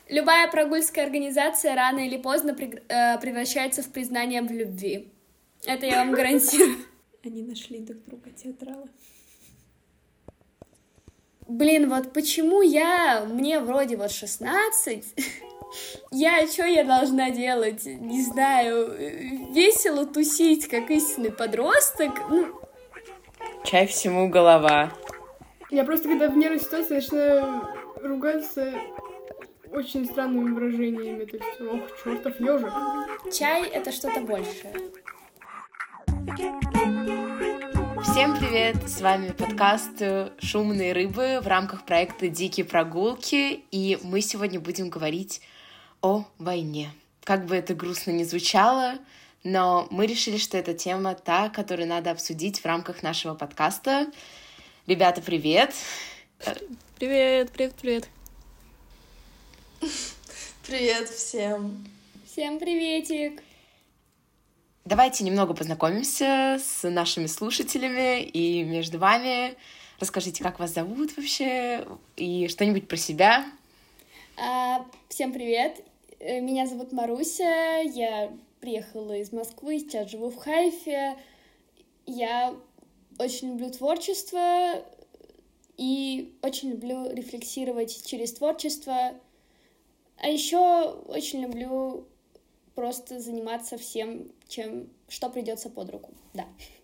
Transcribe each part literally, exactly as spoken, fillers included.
Любая прогульская организация рано или поздно при- э, превращается в признание в любви. Это я вам гарантирую. Они нашли друг друга, театралы. Блин, вот почему я... Мне вроде вот шестнадцать... Я, что я должна делать? Не знаю, весело тусить, как истинный подросток. Ну... Чай всему голова. Я просто, когда в нервной ситуации, начинаю ругаться очень странными выражениями. То есть, ох, чертов ежик. Чай — это что-то большее. Всем привет! С вами подкаст «Шумные рыбы» в рамках проекта «Дикие прогулки», и мы сегодня будем говорить о войне. Как бы это грустно ни звучало, но мы решили, что эта тема та, которую надо обсудить в рамках нашего подкаста. Ребята, привет! Привет, привет, привет! Привет всем! Всем приветик! Давайте немного познакомимся с нашими слушателями и между вами. Расскажите, как вас зовут вообще, и что-нибудь про себя. А, всем привет! Меня зовут Маруся, я приехала из Москвы, сейчас живу в Хайфе. Я очень люблю творчество и очень люблю рефлексировать через творчество. А еще очень люблю просто заниматься всем, чем, что придется под руку. Да.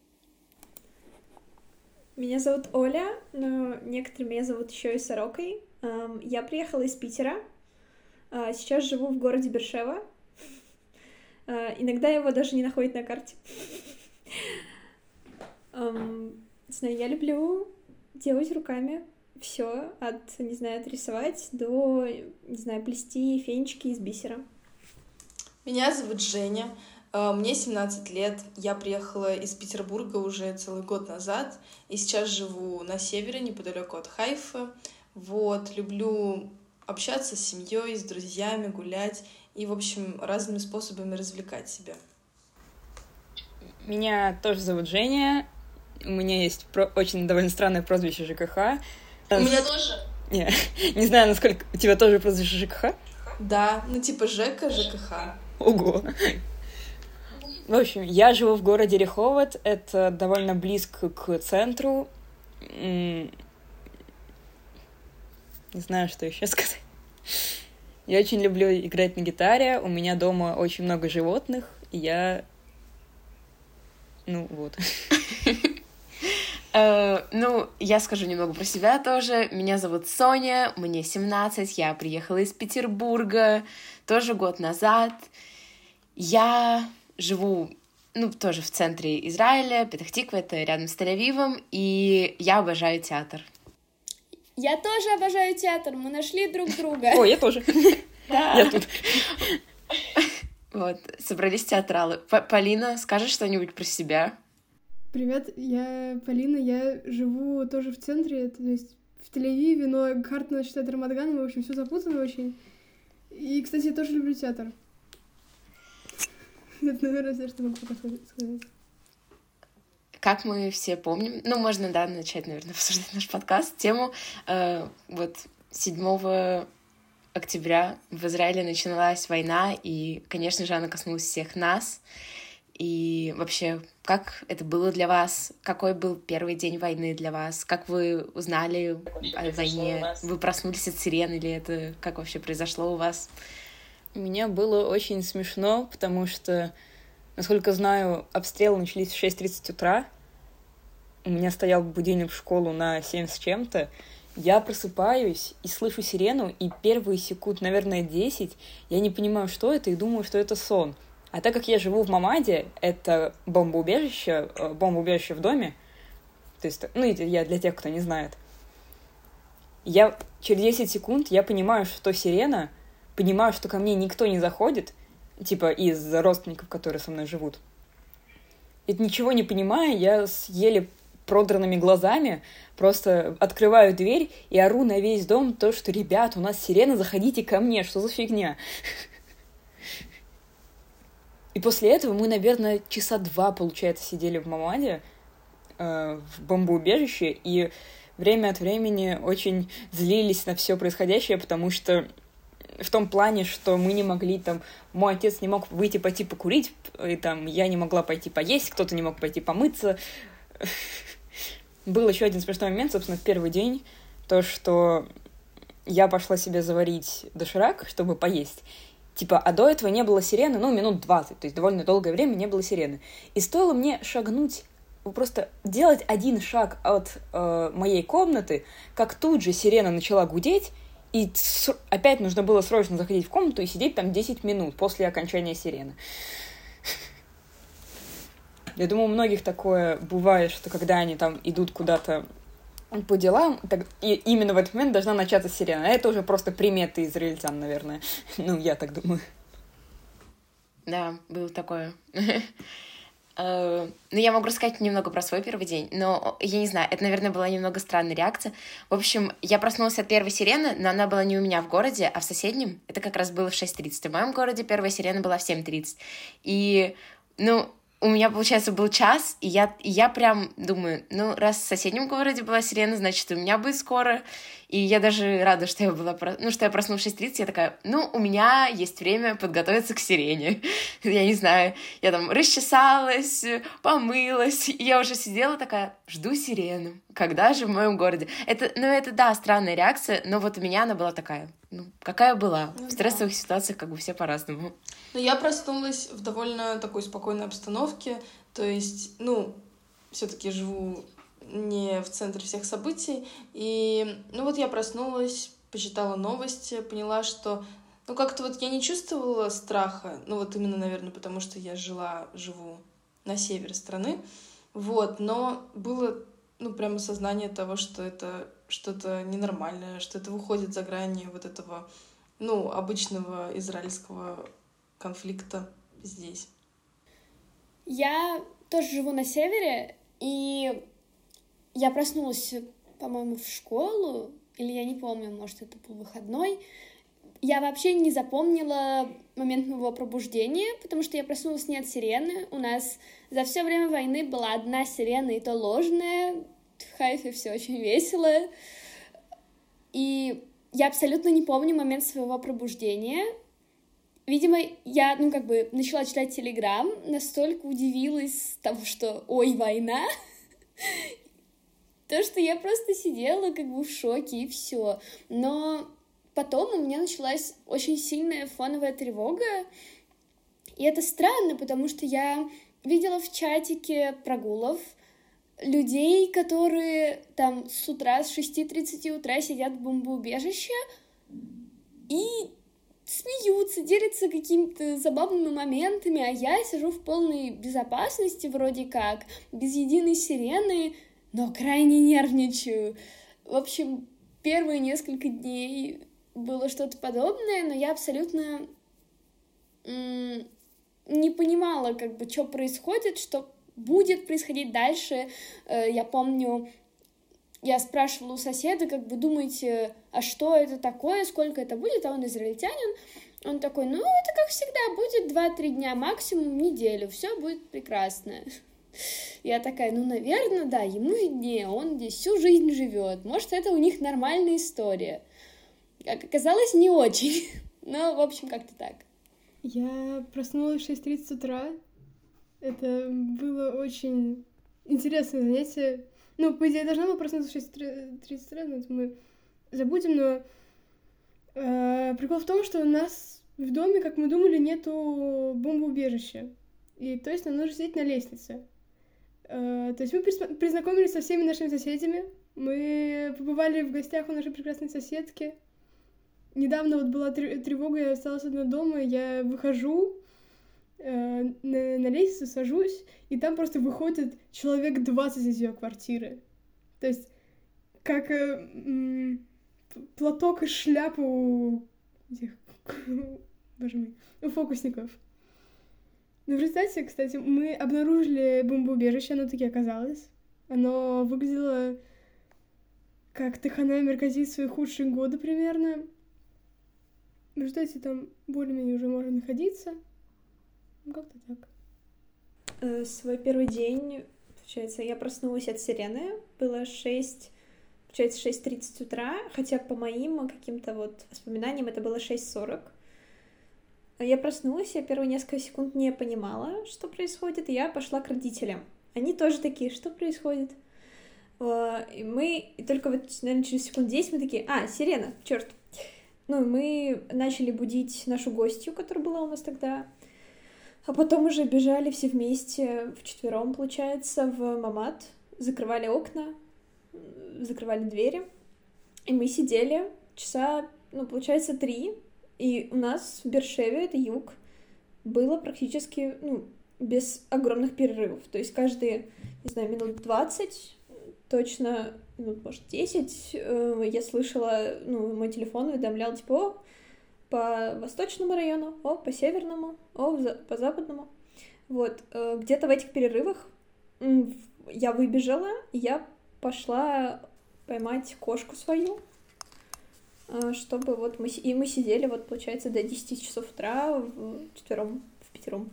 Меня зовут Оля, но некоторые меня зовут еще и Сорокой. Я приехала из Питера. Сейчас живу в городе Бершева. Иногда его даже не находят на карте. Не знаю, я люблю делать руками все от, не знаю, от рисовать до, не знаю, плести фенечки из бисера. Меня зовут Женя, мне семнадцать лет, я приехала из Петербурга уже целый год назад, и сейчас живу на севере, неподалеку от Хайфа. Вот, люблю общаться с семьей, с друзьями, гулять и, в общем, разными способами развлекать себя. Меня тоже зовут Женя, у меня есть про- очень довольно странное прозвище ЖКХ. У меня тоже. Не, не знаю, насколько... У тебя тоже прозвище ЖКХ? Да, ну типа Жека, ЖКХ. Ого! В общем, я живу в городе Риховод, это довольно близко к центру. Не знаю, что еще сказать. Я очень люблю играть на гитаре, у меня дома очень много животных, и я... Ну, вот. Ну, я скажу немного про себя тоже. Меня зовут Соня, мне семнадцать, я приехала из Петербурга тоже год назад. Я живу, ну, тоже в центре Израиля, Петах-Тиква, это рядом с Тель-Авивом, и я обожаю театр. Я тоже обожаю театр, мы нашли друг друга. О, я тоже. Да. Я тут. Вот, собрались театралы. Полина, скажешь что-нибудь про себя? Привет, я Полина, я живу тоже в центре, то есть в Тель-Авиве, но карта считает Рамадганом, в общем, все запутано очень. И, кстати, я тоже люблю театр. Это, наверное, все, что могу пока сказать. Как мы все помним, ну, можно, да, начать, наверное, обсуждать наш подкаст, тему. Э, вот седьмого октября в Израиле началась война, и, конечно же, она коснулась всех нас. И вообще, как это было для вас? Какой был первый день войны для вас? Как вы узнали о войне? Вы проснулись от сирен или это как вообще произошло у вас? У меня было очень смешно, потому что, насколько знаю, обстрелы начались в шесть тридцать утра. У меня стоял будильник в школу на семь с чем-то. Я просыпаюсь и слышу сирену, и первые секунд, наверное, десять, я не понимаю, что это, и думаю, что это сон. А так как я живу в Мамаде, это бомбоубежище, бомбоубежище в доме, то есть, ну, я для тех, кто не знает, я через десять секунд я понимаю, что сирена, понимаю, что ко мне никто не заходит, типа из родственников, которые со мной живут. И ничего не понимая, я с еле продранными глазами просто открываю дверь и ору на весь дом то, что, ребят, у нас сирена, заходите ко мне, что за фигня? И после этого мы, наверное, часа два, получается, сидели в Мамаде, э, в бомбоубежище, и время от времени очень злились на все происходящее, потому что в том плане, что мы не могли там... Мой отец не мог выйти пойти покурить, и там я не могла пойти поесть, кто-то не мог пойти помыться. Был еще один смешной момент, собственно, в первый день, то, что я пошла себе заварить доширак, чтобы поесть. Типа, а до этого не было сирены, ну, минут двадцать, то есть довольно долгое время не было сирены. И стоило мне шагнуть, просто делать один шаг от э, моей комнаты, как тут же сирена начала гудеть, и с- опять нужно было срочно заходить в комнату и сидеть там десять минут после окончания сирены. Я думаю, у многих такое бывает, что когда они там идут куда-то по делам, так, и именно в этот момент должна начаться сирена. А это уже просто приметы израильтян, наверное. Ну, я так думаю. Да, было такое. Ну, я могу рассказать немного про свой первый день, но я не знаю, это, наверное, была немного странная реакция. В общем, я проснулась от первой сирены, но она была не у меня в городе, а в соседнем. Это как раз было в шесть тридцать. В моем городе первая сирена была в семь тридцать. И, ну, у меня, получается, был час, и я, и я прям думаю, ну, раз в соседнем городе была сирена, значит, у меня будет скоро. И я даже рада, что я была, ну, что я проснулась в шесть тридцать, я такая, ну, у меня есть время подготовиться к сирене. Я не знаю, я там расчесалась, помылась, и я уже сидела такая, жду сирену. Когда же в моем городе? Это, ну, это, да, странная реакция, но вот у меня она была такая, ну, какая была. Ну, в стрессовых да. ситуациях как бы все по-разному. Но я проснулась в довольно такой спокойной обстановке, то есть, ну, все-таки живу не в центре всех событий, и, ну, вот я проснулась, почитала новости, поняла, что, ну, как-то вот я не чувствовала страха, ну, вот именно, наверное, потому что я жила, живу на севере страны, вот, но было, ну, прямо сознание того, что это что-то ненормальное, что это выходит за грани вот этого, ну, обычного израильского конфликта здесь. Я тоже живу на севере, и я проснулась, по-моему, в школу, или я не помню, может, это был выходной. Я вообще не запомнила момент моего пробуждения, потому что я проснулась не от сирены. У нас за все время войны была одна сирена, и то ложная. В Хайфе все очень весело. И я абсолютно не помню момент своего пробуждения. Видимо, я, ну, как бы начала читать Телеграм, настолько удивилась тому, что «Ой, война!» То, что я просто сидела как бы в шоке, и все. Но потом у меня началась очень сильная фоновая тревога, и это странно, потому что я видела в чатике прогулов людей, которые там с утра, с шести тридцати утра сидят в бомбоубежище и смеются, делятся какими-то забавными моментами, а я сижу в полной безопасности вроде как, без единой сирены, но крайне нервничаю. В общем, первые несколько дней было что-то подобное, но я абсолютно м- не понимала, как бы, что происходит, что будет происходить дальше. Я помню, я спрашивала у соседа, как бы, думаете, а что это такое, сколько это будет, а он израильтянин. Он такой, ну, это как всегда, будет два-три дня, максимум неделю, все будет прекрасно. Я такая, ну, наверное, да, ему виднее, он здесь всю жизнь живет, может, это у них нормальная история. Как оказалось, не очень, но, в общем, как-то так. Я проснулась в шесть тридцать утра, это было очень интересное занятие. Ну, по идее, я должна была проснуться в шесть тридцать утра, но это мы забудем, но э, прикол в том, что у нас в доме, как мы думали, нету бомбоубежища, и то есть нам нужно сидеть на лестнице. То есть мы признакомились со всеми нашими соседями, мы побывали в гостях у нашей прекрасной соседки. Недавно вот была тревога, я осталась одна дома, я выхожу э, на, на лестницу, сажусь, и там просто выходит человек двадцать из ее квартиры. То есть как э, м, платок и шляпа у этих, боже мой, у фокусников. Ну, в результате, кстати, мы обнаружили бомбоубежище, оно таки оказалось. Оно выглядело как Тахана Меркази в свои худшие годы примерно. В результате там более-менее уже можно находиться. Ну, как-то так. Э, свой первый день, получается, я проснулась от сирены. Было шесть получается, шесть тридцать утра, хотя по моим каким-то вот воспоминаниям это было шесть сорок. Я проснулась, я первые несколько секунд не понимала, что происходит, и я пошла к родителям. Они тоже такие, что происходит? И мы, и только вот, наверное, через секунд десять мы такие, а, сирена, черт. Ну, и мы начали будить нашу гостью, которая была у нас тогда, а потом уже бежали все вместе, вчетвером, получается, в мамат, закрывали окна, закрывали двери, и мы сидели часа, ну, получается, три, и у нас в Бершеве, это юг, было практически, ну, без огромных перерывов, то есть каждые, не знаю, минут двадцать, точно, минут, может, десять, я слышала, ну, мой телефон уведомлял, типа, о, по восточному району, о, по северному, о, по западному, вот, где-то в этих перерывах я выбежала, и я пошла поймать кошку свою, чтобы вот мы... И мы сидели, вот, получается, до десяти часов утра в четвером, в пятером.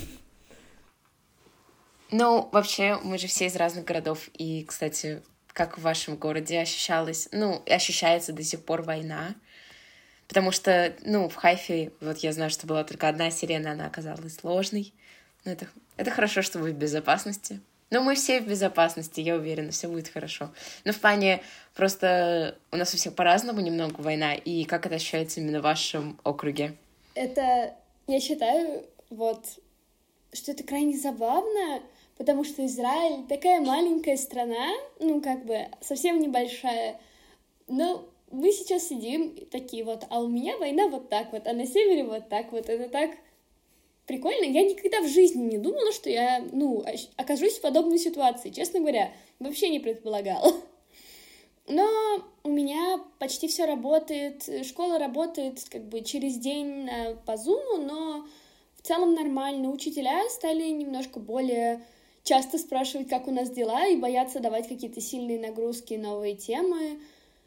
Ну, вообще, мы же все из разных городов, и, кстати, как в вашем городе ощущалась, ну, ощущается до сих пор война, потому что, ну, в Хайфе, вот я знаю, что была только одна сирена, она оказалась сложной, но это, это хорошо, что вы в безопасности. Ну, мы все в безопасности, я уверена, все будет хорошо. Но в плане просто у нас у всех по-разному немного война, и как это ощущается именно в вашем округе? Это, я считаю, вот, что это крайне забавно, потому что Израиль такая маленькая страна, ну, как бы, совсем небольшая, но мы сейчас сидим такие вот, а у меня война вот так вот, а на севере вот так вот, это так... Прикольно. Я никогда в жизни не думала, что я, ну, окажусь в подобной ситуации. Честно говоря, вообще не предполагала. Но у меня почти все работает. Школа работает как бы через день по Zoom, но в целом нормально. Учителя стали немножко более часто спрашивать, как у нас дела, и боятся давать какие-то сильные нагрузки, новые темы.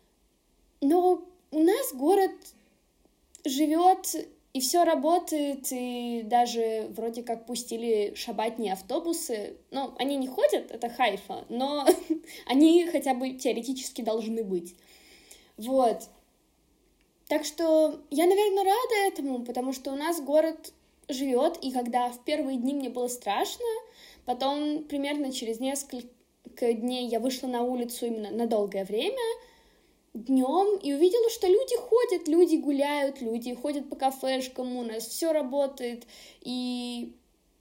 Но у нас город живет... И все работает, и даже вроде как пустили шабатные автобусы. Ну, они не ходят, это Хайфа, но они хотя бы теоретически должны быть. Вот. Так что я, наверное, рада этому, потому что у нас город живет, и когда в первые дни мне было страшно, потом примерно через несколько дней я вышла на улицу именно на долгое время, днем, и увидела, что люди ходят, люди гуляют, люди ходят по кафешкам, у нас все работает, и,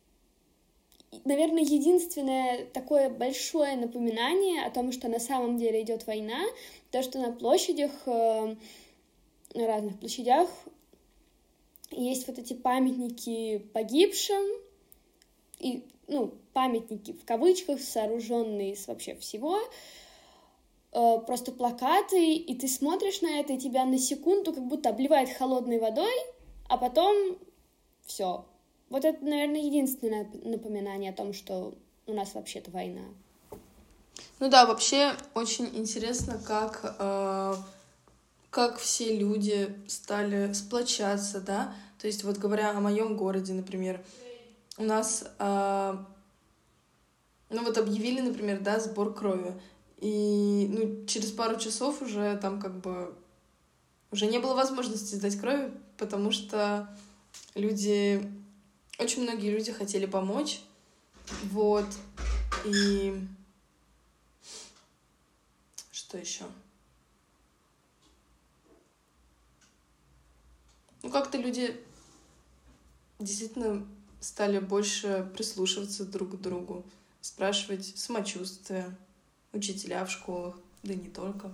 наверное, единственное такое большое напоминание о том, что на самом деле идет война, то, что на площадях, на разных площадях есть вот эти памятники погибшим, и, ну, памятники в кавычках, сооруженные из вообще всего, просто плакаты, и ты смотришь на это, и тебя на секунду как будто обливает холодной водой, а потом все. Вот это, наверное, единственное напоминание о том, что у нас вообще-то война. Ну да, вообще очень интересно, как, э, как все люди стали сплочаться, да. То есть вот говоря о моем городе, например, у нас, э, ну вот объявили, например, да, сбор крови. И ну, через пару часов уже там как бы уже не было возможности сдать кровь, потому что люди, очень многие люди хотели помочь, вот, и что еще? Ну, как-то люди действительно стали больше прислушиваться друг к другу, спрашивать самочувствие. Учителя в школах, да не только.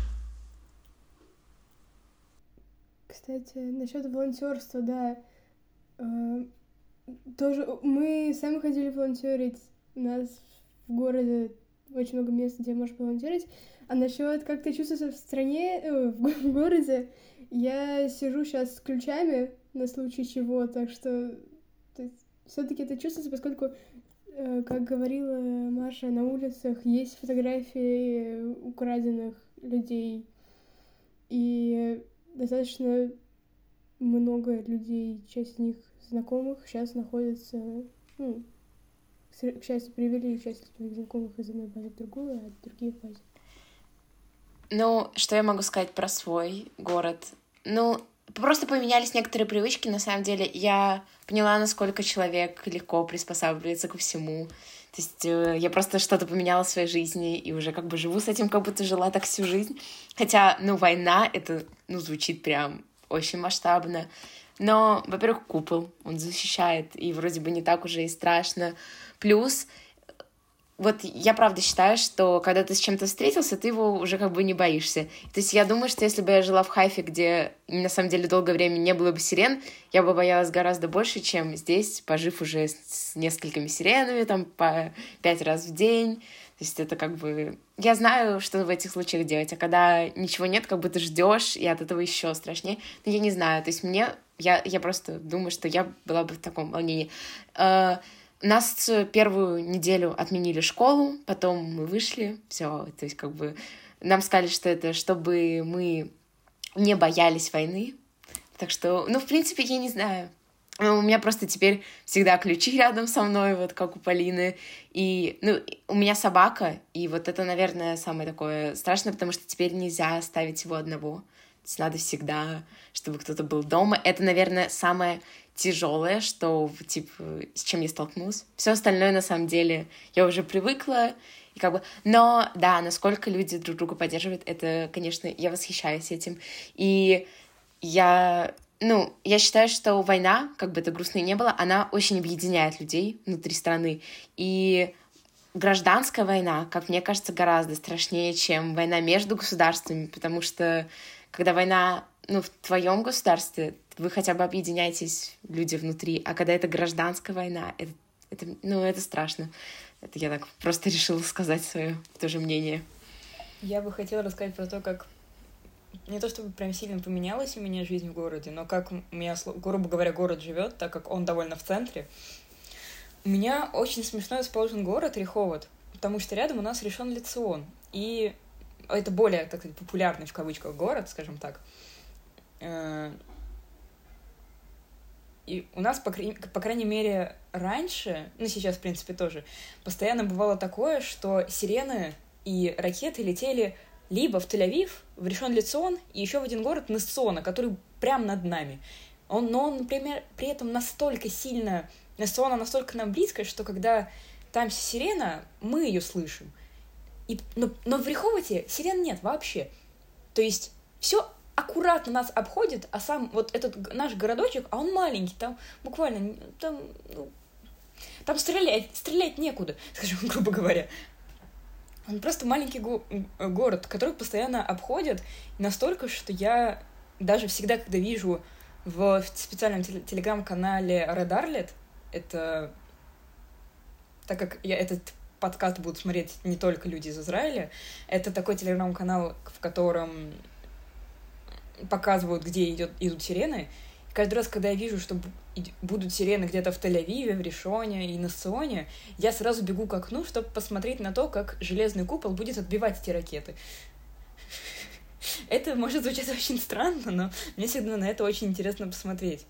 Кстати, насчет волонтерства, да. Тоже мы сами ходили волонтерить. У нас в городе очень много мест, где можешь волонтерить. А насчет как ты чувствуешь в стране, э, в городе, я сижу сейчас с ключами на случай чего, так что все-таки это чувствуется, поскольку, э, как говорила Маша, на улицах есть фотографии украденных людей, и достаточно много людей, часть из них знакомых, сейчас находятся, ну, к счастью, привели часть своих знакомых из одной базы в другую, а другие в базе. Ну, что я могу сказать про свой город? Ну, просто поменялись некоторые привычки, на самом деле. Я поняла, насколько человек легко приспосабливается ко всему. То есть э, я просто что-то поменяла в своей жизни и уже как бы живу с этим, как будто жила так всю жизнь. Хотя, ну, война, это, ну, звучит прям очень масштабно. Но, во-первых, купол, он защищает, и вроде бы не так уже и страшно. Плюс, вот я правда считаю, что когда ты с чем-то встретился, ты его уже как бы не боишься. То есть я думаю, что если бы я жила в Хайфе, где на самом деле долгое время не было бы сирен, я бы боялась гораздо больше, чем здесь, пожив уже с несколькими сиренами, там, по пять раз в день. То есть это как бы... Я знаю, что в этих случаях делать, а когда ничего нет, как бы ты ждешь, и от этого еще страшнее. Но я не знаю, то есть мне... Я, я просто думаю, что я была бы в таком волнении. Нас первую неделю отменили школу, потом мы вышли, все, то есть как бы нам сказали, что это чтобы мы не боялись войны, так что, ну, в принципе, я не знаю. У меня просто теперь всегда ключи рядом со мной, вот как у Полины, и, ну, у меня собака, и вот это, наверное, самое такое страшное, потому что теперь нельзя оставить его одного, то есть надо всегда, чтобы кто-то был дома. Это, наверное, самое тяжелое, что, типа, с чем я столкнулась. Все остальное, на самом деле, я уже привыкла, и как бы... Но, да, насколько люди друг друга поддерживают, это, конечно, я восхищаюсь этим. И я... Ну, я считаю, что война, как бы это грустно и не было, она очень объединяет людей внутри страны. И гражданская война, как мне кажется, гораздо страшнее, чем война между государствами, потому что когда война, ну, в твоем государстве, вы хотя бы объединяетесь, люди внутри, а когда это гражданская война, это, это, ну, это страшно. Это я так просто решила сказать свое тоже мнение. Я бы хотела рассказать про то, как не то чтобы прям сильно поменялась у меня жизнь в городе, но как у меня, грубо говоря, город живет, так как он довольно в центре. У меня очень смешно расположен город Риховод, потому что рядом у нас решен Лицион. И это более, так сказать, популярный в кавычках город, скажем так. И у нас, по, по крайней мере, раньше, ну, сейчас, в принципе, тоже, постоянно бывало такое, что сирены и ракеты летели либо в Тель-Авив, в Ришон-Ле-Цион, и еще в один город Нессона, который прямо над нами. Он, но он, например, при этом настолько сильно... Нессона настолько нам близко, что когда там сирена, мы ее слышим. И, но, но в Риховоте сирен нет вообще. То есть все аккуратно нас обходит, а сам вот этот наш городочек, а он маленький, там буквально, там, ну, там стрелять, стрелять некуда, скажем, грубо говоря. Он просто маленький го- город, который постоянно обходят, настолько, что я даже всегда, когда вижу в специальном телеграм-канале Red Arlet, это, так как я этот подкаст будут смотреть не только люди из Израиля, это такой телеграм-канал, в котором показывают, где идет, идут сирены. И каждый раз, когда я вижу, что будут сирены где-то в Тель-Авиве, в Ришоне и Нессоне, я сразу бегу к окну, чтобы посмотреть на то, как железный купол будет отбивать эти ракеты. Это может звучать очень странно, но мне всегда на это очень интересно посмотреть.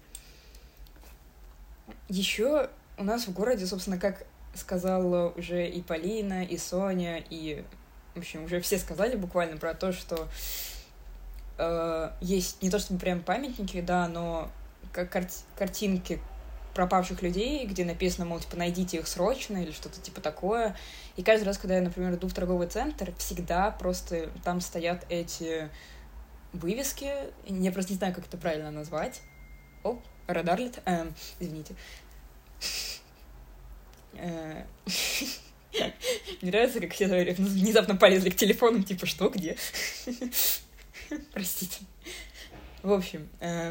Еще у нас в городе, собственно, как сказала уже и Полина, и Соня, и, в общем, уже все сказали буквально про то, что э, есть не то чтобы прям памятники, да, но как кар- картинки пропавших людей, где написано, мол, типа, найдите их срочно или что-то типа такое. И каждый раз, когда я, например, иду в торговый центр, всегда просто там стоят эти вывески. Я просто не знаю, как это правильно назвать. О, Red Arlet. Эм, извините. Мне нравится, как все внезапно полезли к телефонам, типа, что, где? Простите. В общем,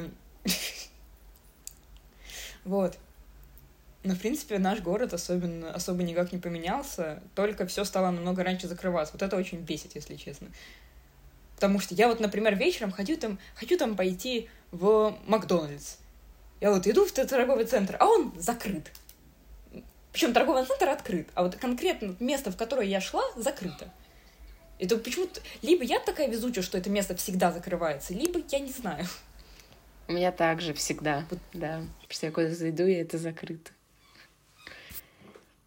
вот. Но, в принципе, наш город особенно, особо никак не поменялся, только все стало намного раньше закрываться. Вот это очень бесит, если честно. Потому что я вот, например, вечером хочу там, хочу там пойти в Макдональдс. Я вот иду в торговый центр, а он закрыт. Причем торговый центр открыт, а вот конкретно место, в которое я шла, закрыто. Это почему-то... Либо я такая везучая, что это место всегда закрывается, либо я не знаю. У меня также всегда, вот, да. Что я куда-то зайду, и это закрыто.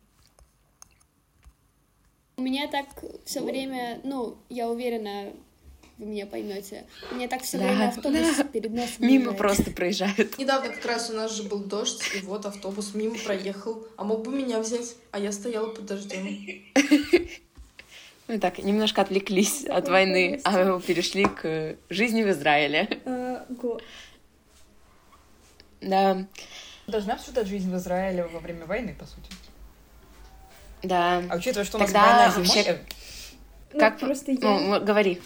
У меня так все время, ну, я уверена, вы меня поймете. Мне так все Да, время автобус да. перед носом Мимо мигает. просто проезжают. Недавно как раз у нас же был дождь, и вот автобус мимо проехал. А мог бы меня взять, а я стояла под дождем. Мы так немножко отвлеклись Такой от войны, а полностью. перешли к жизни в Израиле. Э, го. Да, Должна обсуждать жизнь в Израиле во время войны, по сути. да. А учитывая, что у нас Тогда война зимой... вообще- э, Ну, Как... просто я... Ну, м- говори.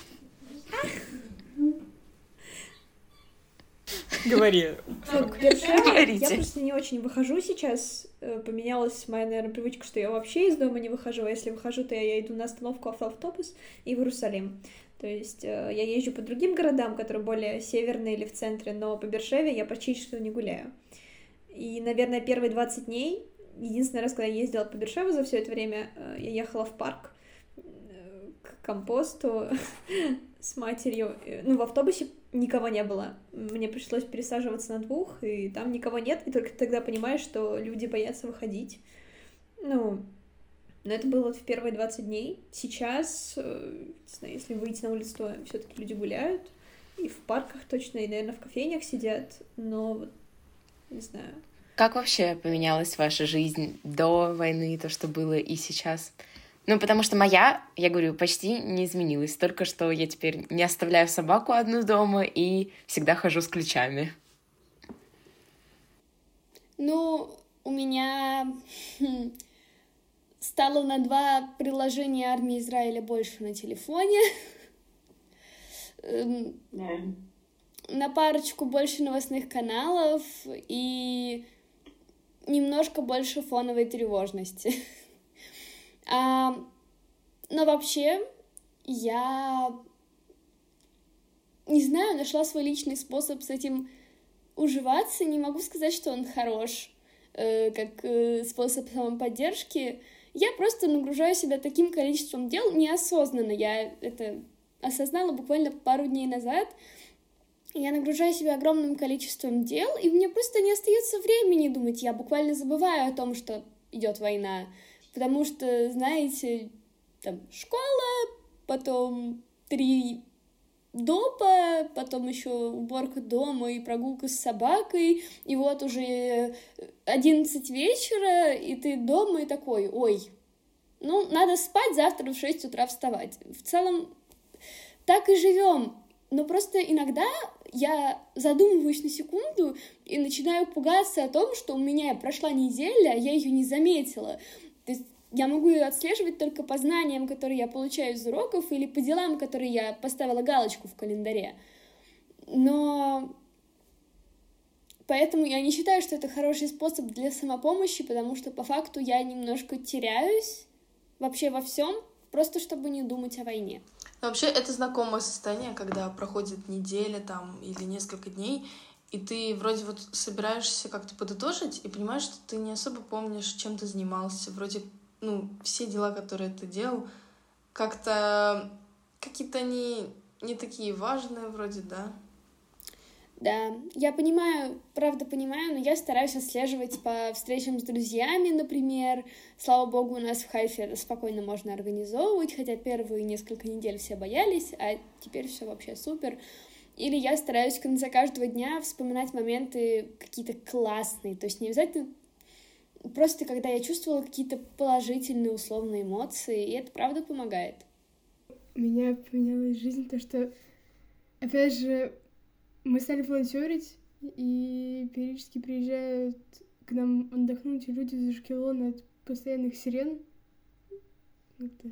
Говори. Ну, к Бершеве Говорите. я просто не очень выхожу сейчас. Э, Поменялась моя, наверное, привычка, что я вообще из дома не выхожу. А если выхожу, то я иду на остановку автобус и в Иерусалим. То есть э, я езжу по другим городам, которые более северные или в центре, но по Бершеве я почти что не гуляю. И, наверное, первые двадцать дней, единственный раз, когда я ездила по Бершеву за все это время, э, я ехала в парк э, к компосту с матерью. Э, Ну, в автобусе никого не было. Мне пришлось пересаживаться на двух, и там никого нет, и только тогда понимаешь, что люди боятся выходить. Ну, но это было вот в первые двадцать дней. Сейчас, э, не знаю, если выйти на улицу, то все-таки люди гуляют. И в парках точно, и, наверное, в кофейнях сидят. Но вот, не знаю. Как вообще поменялась ваша жизнь до войны, то, что было и сейчас? Ну, потому что моя, я говорю, почти не изменилась. Только что я теперь не оставляю собаку одну дома и всегда хожу с ключами. Ну, у меня хм, стало на два приложения армии Израиля больше на телефоне. Эм, на парочку больше новостных каналов и немножко больше фоновой тревожности. А, но вообще я не знаю, нашла свой личный способ с этим уживаться. Не могу сказать, что он хорош, э, как э, способ самоподдержки. Я просто нагружаю себя таким количеством дел неосознанно. Я это осознала буквально пару дней назад. Я нагружаю себя огромным количеством дел, и мне просто не остается времени думать. Я буквально забываю о том, что идет война. Потому что, знаете, там школа, потом три допа, потом еще уборка дома и прогулка с собакой, и вот уже одиннадцать вечера, и ты дома и такой, ой, ну, надо спать, завтра в шесть утра вставать. В целом, так и живем. Но просто иногда я задумываюсь на секунду и начинаю пугаться о том, что у меня прошла неделя, а я ее не заметила. То есть я могу ее отслеживать только по знаниям, которые я получаю из уроков, или по делам, которые я поставила галочку в календаре. Но поэтому я не считаю, что это хороший способ для самопомощи, потому что по факту я немножко теряюсь вообще во всем, просто чтобы не думать о войне. Но вообще это знакомое состояние, когда проходит неделя там или несколько дней, и ты вроде вот собираешься как-то подытожить и понимаешь, что ты не особо помнишь, чем ты занимался. Вроде, ну, все дела, которые ты делал, как-то какие-то они не такие важные вроде, да? Да, я понимаю, правда понимаю, но я стараюсь отслеживать по встречам с друзьями, например. Слава богу, у нас в Хайфе это спокойно можно организовывать, хотя первые несколько недель все боялись, а теперь все вообще супер. Или я стараюсь в конце каждого дня вспоминать моменты какие-то классные, то есть не обязательно просто когда я чувствовала какие-то положительные условные эмоции, и это правда помогает. У меня поменялась жизнь, то что, опять же, мы стали волонтерить, и периодически приезжают к нам отдохнуть люди из Ашкелона от постоянных сирен. Это...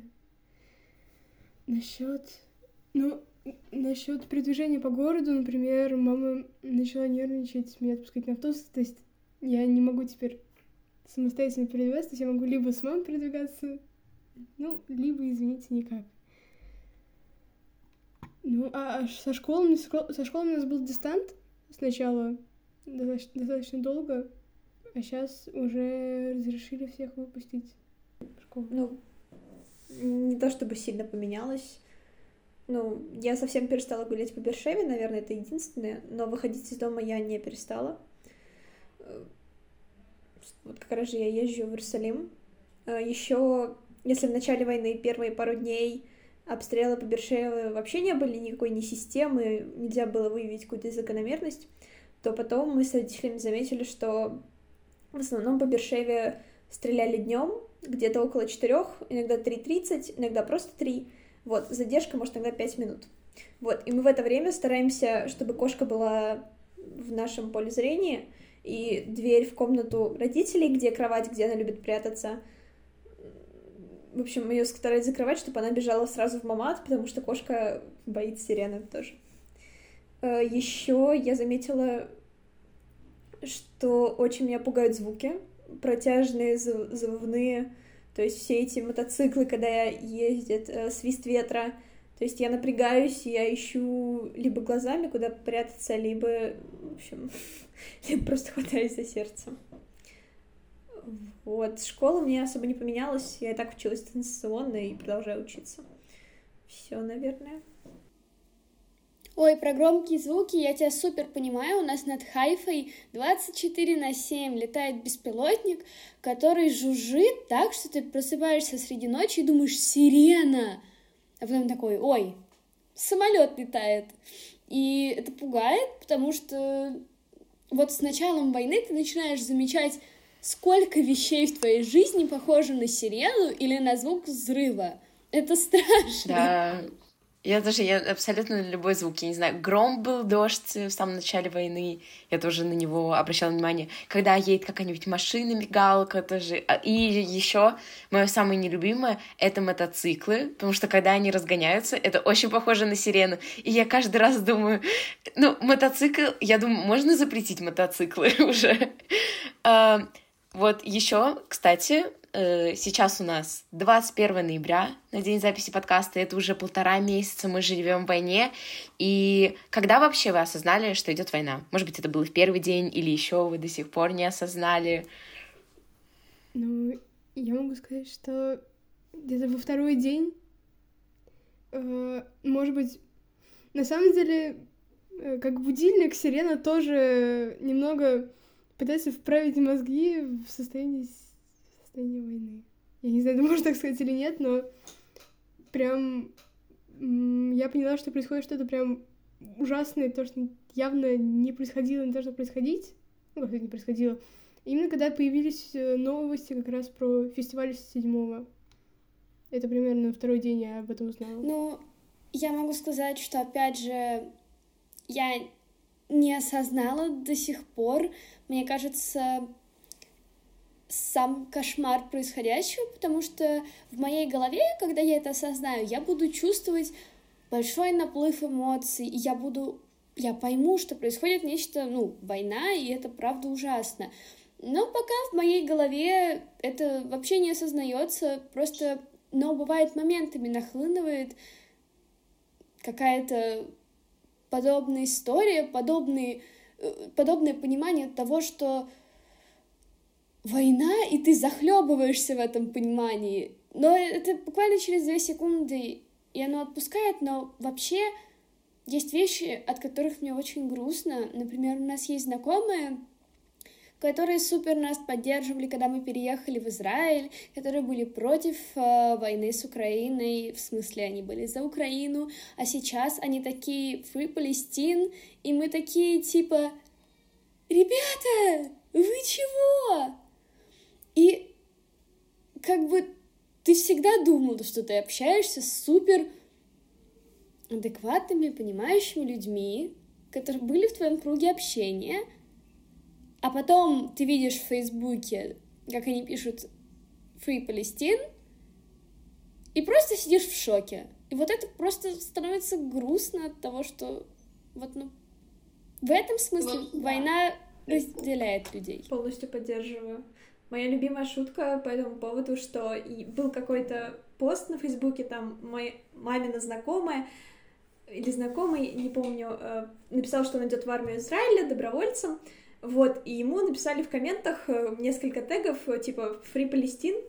Насчет... Ну, насчет передвижения по городу, например, мама начала нервничать, меня отпускать на автобус, то есть я не могу теперь самостоятельно передвигаться, то есть я могу либо с мамой передвигаться, ну, либо, извините, никак. Ну, а со школами, со школами у нас был дистант сначала достаточно, достаточно долго, а сейчас уже разрешили всех выпустить в школу. Ну, не то чтобы сильно поменялось. Ну, я совсем перестала гулять по Бершеве, наверное, это единственное, но выходить из дома я не перестала. Вот как раз же я езжу в Иерусалим. Еще, если в начале войны первые пару дней обстрелы по Бершеве вообще не были, никакой ни системы, нельзя было выявить какую-то закономерность, то потом мы с родителями заметили, что в основном по Бершеве стреляли днем, где-то около четырех, иногда три тридцать, иногда просто три. Вот, задержка может иногда пять минут. Вот, и мы в это время стараемся, чтобы кошка была в нашем поле зрения, и дверь в комнату родителей, где кровать, где она любит прятаться. В общем, мы ее старались закрывать, чтобы она бежала сразу в мамат, потому что кошка боится сирены тоже. Еще я заметила, что очень меня пугают звуки, протяжные, завывные, то есть все эти мотоциклы, когда ездят, свист ветра. То есть я напрягаюсь, я ищу либо глазами, куда прятаться, либо, в общем, либо просто хватаюсь за сердце. Вот, школа мне особо не поменялась, я и так училась дистанционно и продолжаю учиться. Все, наверное. Ой, про громкие звуки я тебя супер понимаю. У нас над Хайфой двадцать четыре на семь летает беспилотник, который жужжит так, что ты просыпаешься среди ночи и думаешь «сирена!», а потом такой «ой, самолет летает». И это пугает, потому что вот с началом войны ты начинаешь замечать, сколько вещей в твоей жизни похожи на сирену или на звук взрыва. Это страшно. Да. Я тоже, я абсолютно на любой звук, я не знаю, гром был, дождь в самом начале войны, я тоже на него обращала внимание, когда едет какая-нибудь машина, мигалка тоже, и еще мое самое нелюбимое — это мотоциклы, потому что когда они разгоняются, это очень похоже на сирену, и я каждый раз думаю, ну, мотоцикл, я думаю, можно запретить мотоциклы уже? Вот еще, кстати, сейчас у нас двадцать первого ноября, на день записи подкаста, это уже полтора месяца мы живем в войне, и когда вообще вы осознали, что идет война? Может быть, это был в первый день, или еще вы до сих пор не осознали? Ну, я могу сказать, что где-то во второй день, э, может быть, на самом деле, э, как будильник, сирена тоже немного пытается вправить мозги в состоянии состояние войны. Я не знаю, это можно так сказать или нет, но прям м- я поняла, что происходит что-то прям ужасное, то, что явно не происходило, не должно происходить. Ну, как это не происходило. Именно когда появились новости как раз про фестиваль седьмого. Это примерно второй день я об этом узнала. Ну, я могу сказать, что, опять же, я не осознала до сих пор. Мне кажется, сам кошмар происходящего, потому что в моей голове, когда я это осознаю, я буду чувствовать большой наплыв эмоций, и я буду, я пойму, что происходит нечто, ну, война, и это правда ужасно. Но пока в моей голове это вообще не осознается, просто, но бывает моментами нахлынывает какая-то подобная история, подобный, подобное понимание того, что война, и ты захлебываешься в этом понимании. Но это буквально через две секунды, и оно отпускает, но вообще есть вещи, от которых мне очень грустно. Например, у нас есть знакомые, которые супер нас поддерживали, когда мы переехали в Израиль, которые были против э, войны с Украиной, в смысле, они были за Украину, а сейчас они такие «Free Palestine», и мы такие типа «Ребята, вы чего?» И как бы ты всегда думал, что ты общаешься с супер адекватными, понимающими людьми, которые были в твоем круге общения, а потом ты видишь в Фейсбуке, как они пишут «Free Palestine», и просто сидишь в шоке. И вот это просто становится грустно от того, что вот, ну, в этом смысле ну, война да. разделяет людей. Полностью поддерживаю. Моя любимая шутка по этому поводу, что и был какой-то пост на Фейсбуке, там моя мамина знакомая или знакомый, не помню, написал, что он идет в армию Израиля добровольцем, вот, и ему написали в комментах несколько тегов, типа «Free Palestine»,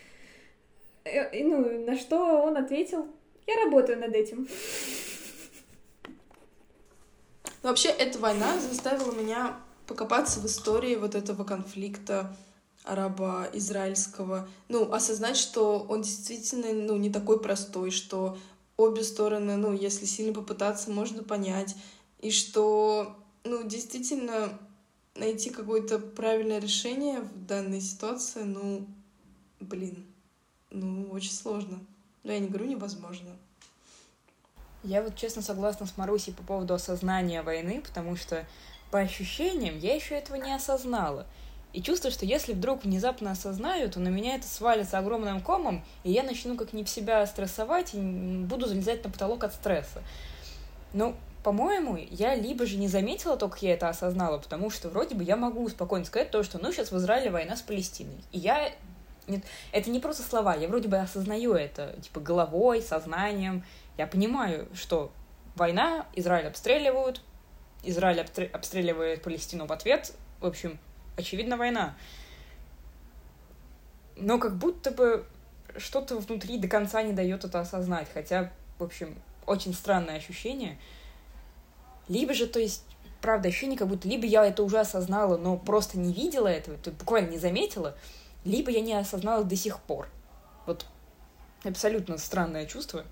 и, ну, на что он ответил: «Я работаю над этим». Вообще, эта война заставила меня покопаться в истории вот этого конфликта арабо-израильского, ну, осознать, что он действительно, ну, не такой простой, что обе стороны, ну, если сильно попытаться, можно понять. И что, ну, действительно, найти какое-то правильное решение в данной ситуации, ну, блин, ну, очень сложно. Но я не говорю невозможно. Я вот честно согласна с Марусей по поводу осознания войны, потому что по ощущениям я еще этого не осознала. И чувствую, что если вдруг внезапно осознаю, то на меня это свалится огромным комом, и я начну как не в себя стрессовать и буду залезать на потолок от стресса. Ну, по-моему, я либо же не заметила то, как я это осознала, потому что вроде бы я могу спокойно сказать то, что ну сейчас в Израиле война с Палестиной. И я... Нет, это не просто слова, я вроде бы осознаю это, типа, головой, сознанием. Я понимаю, что война, Израиль обстреливают, Израиль обстреливает Палестину в ответ. В общем, очевидно, война. Но как будто бы что-то внутри до конца не дает это осознать. Хотя, в общем, очень странное ощущение. Либо же, то есть, правда, ощущение, как будто либо я это уже осознала, но просто не видела этого, то буквально не заметила, либо я не осознала до сих пор. Вот абсолютно странное чувство.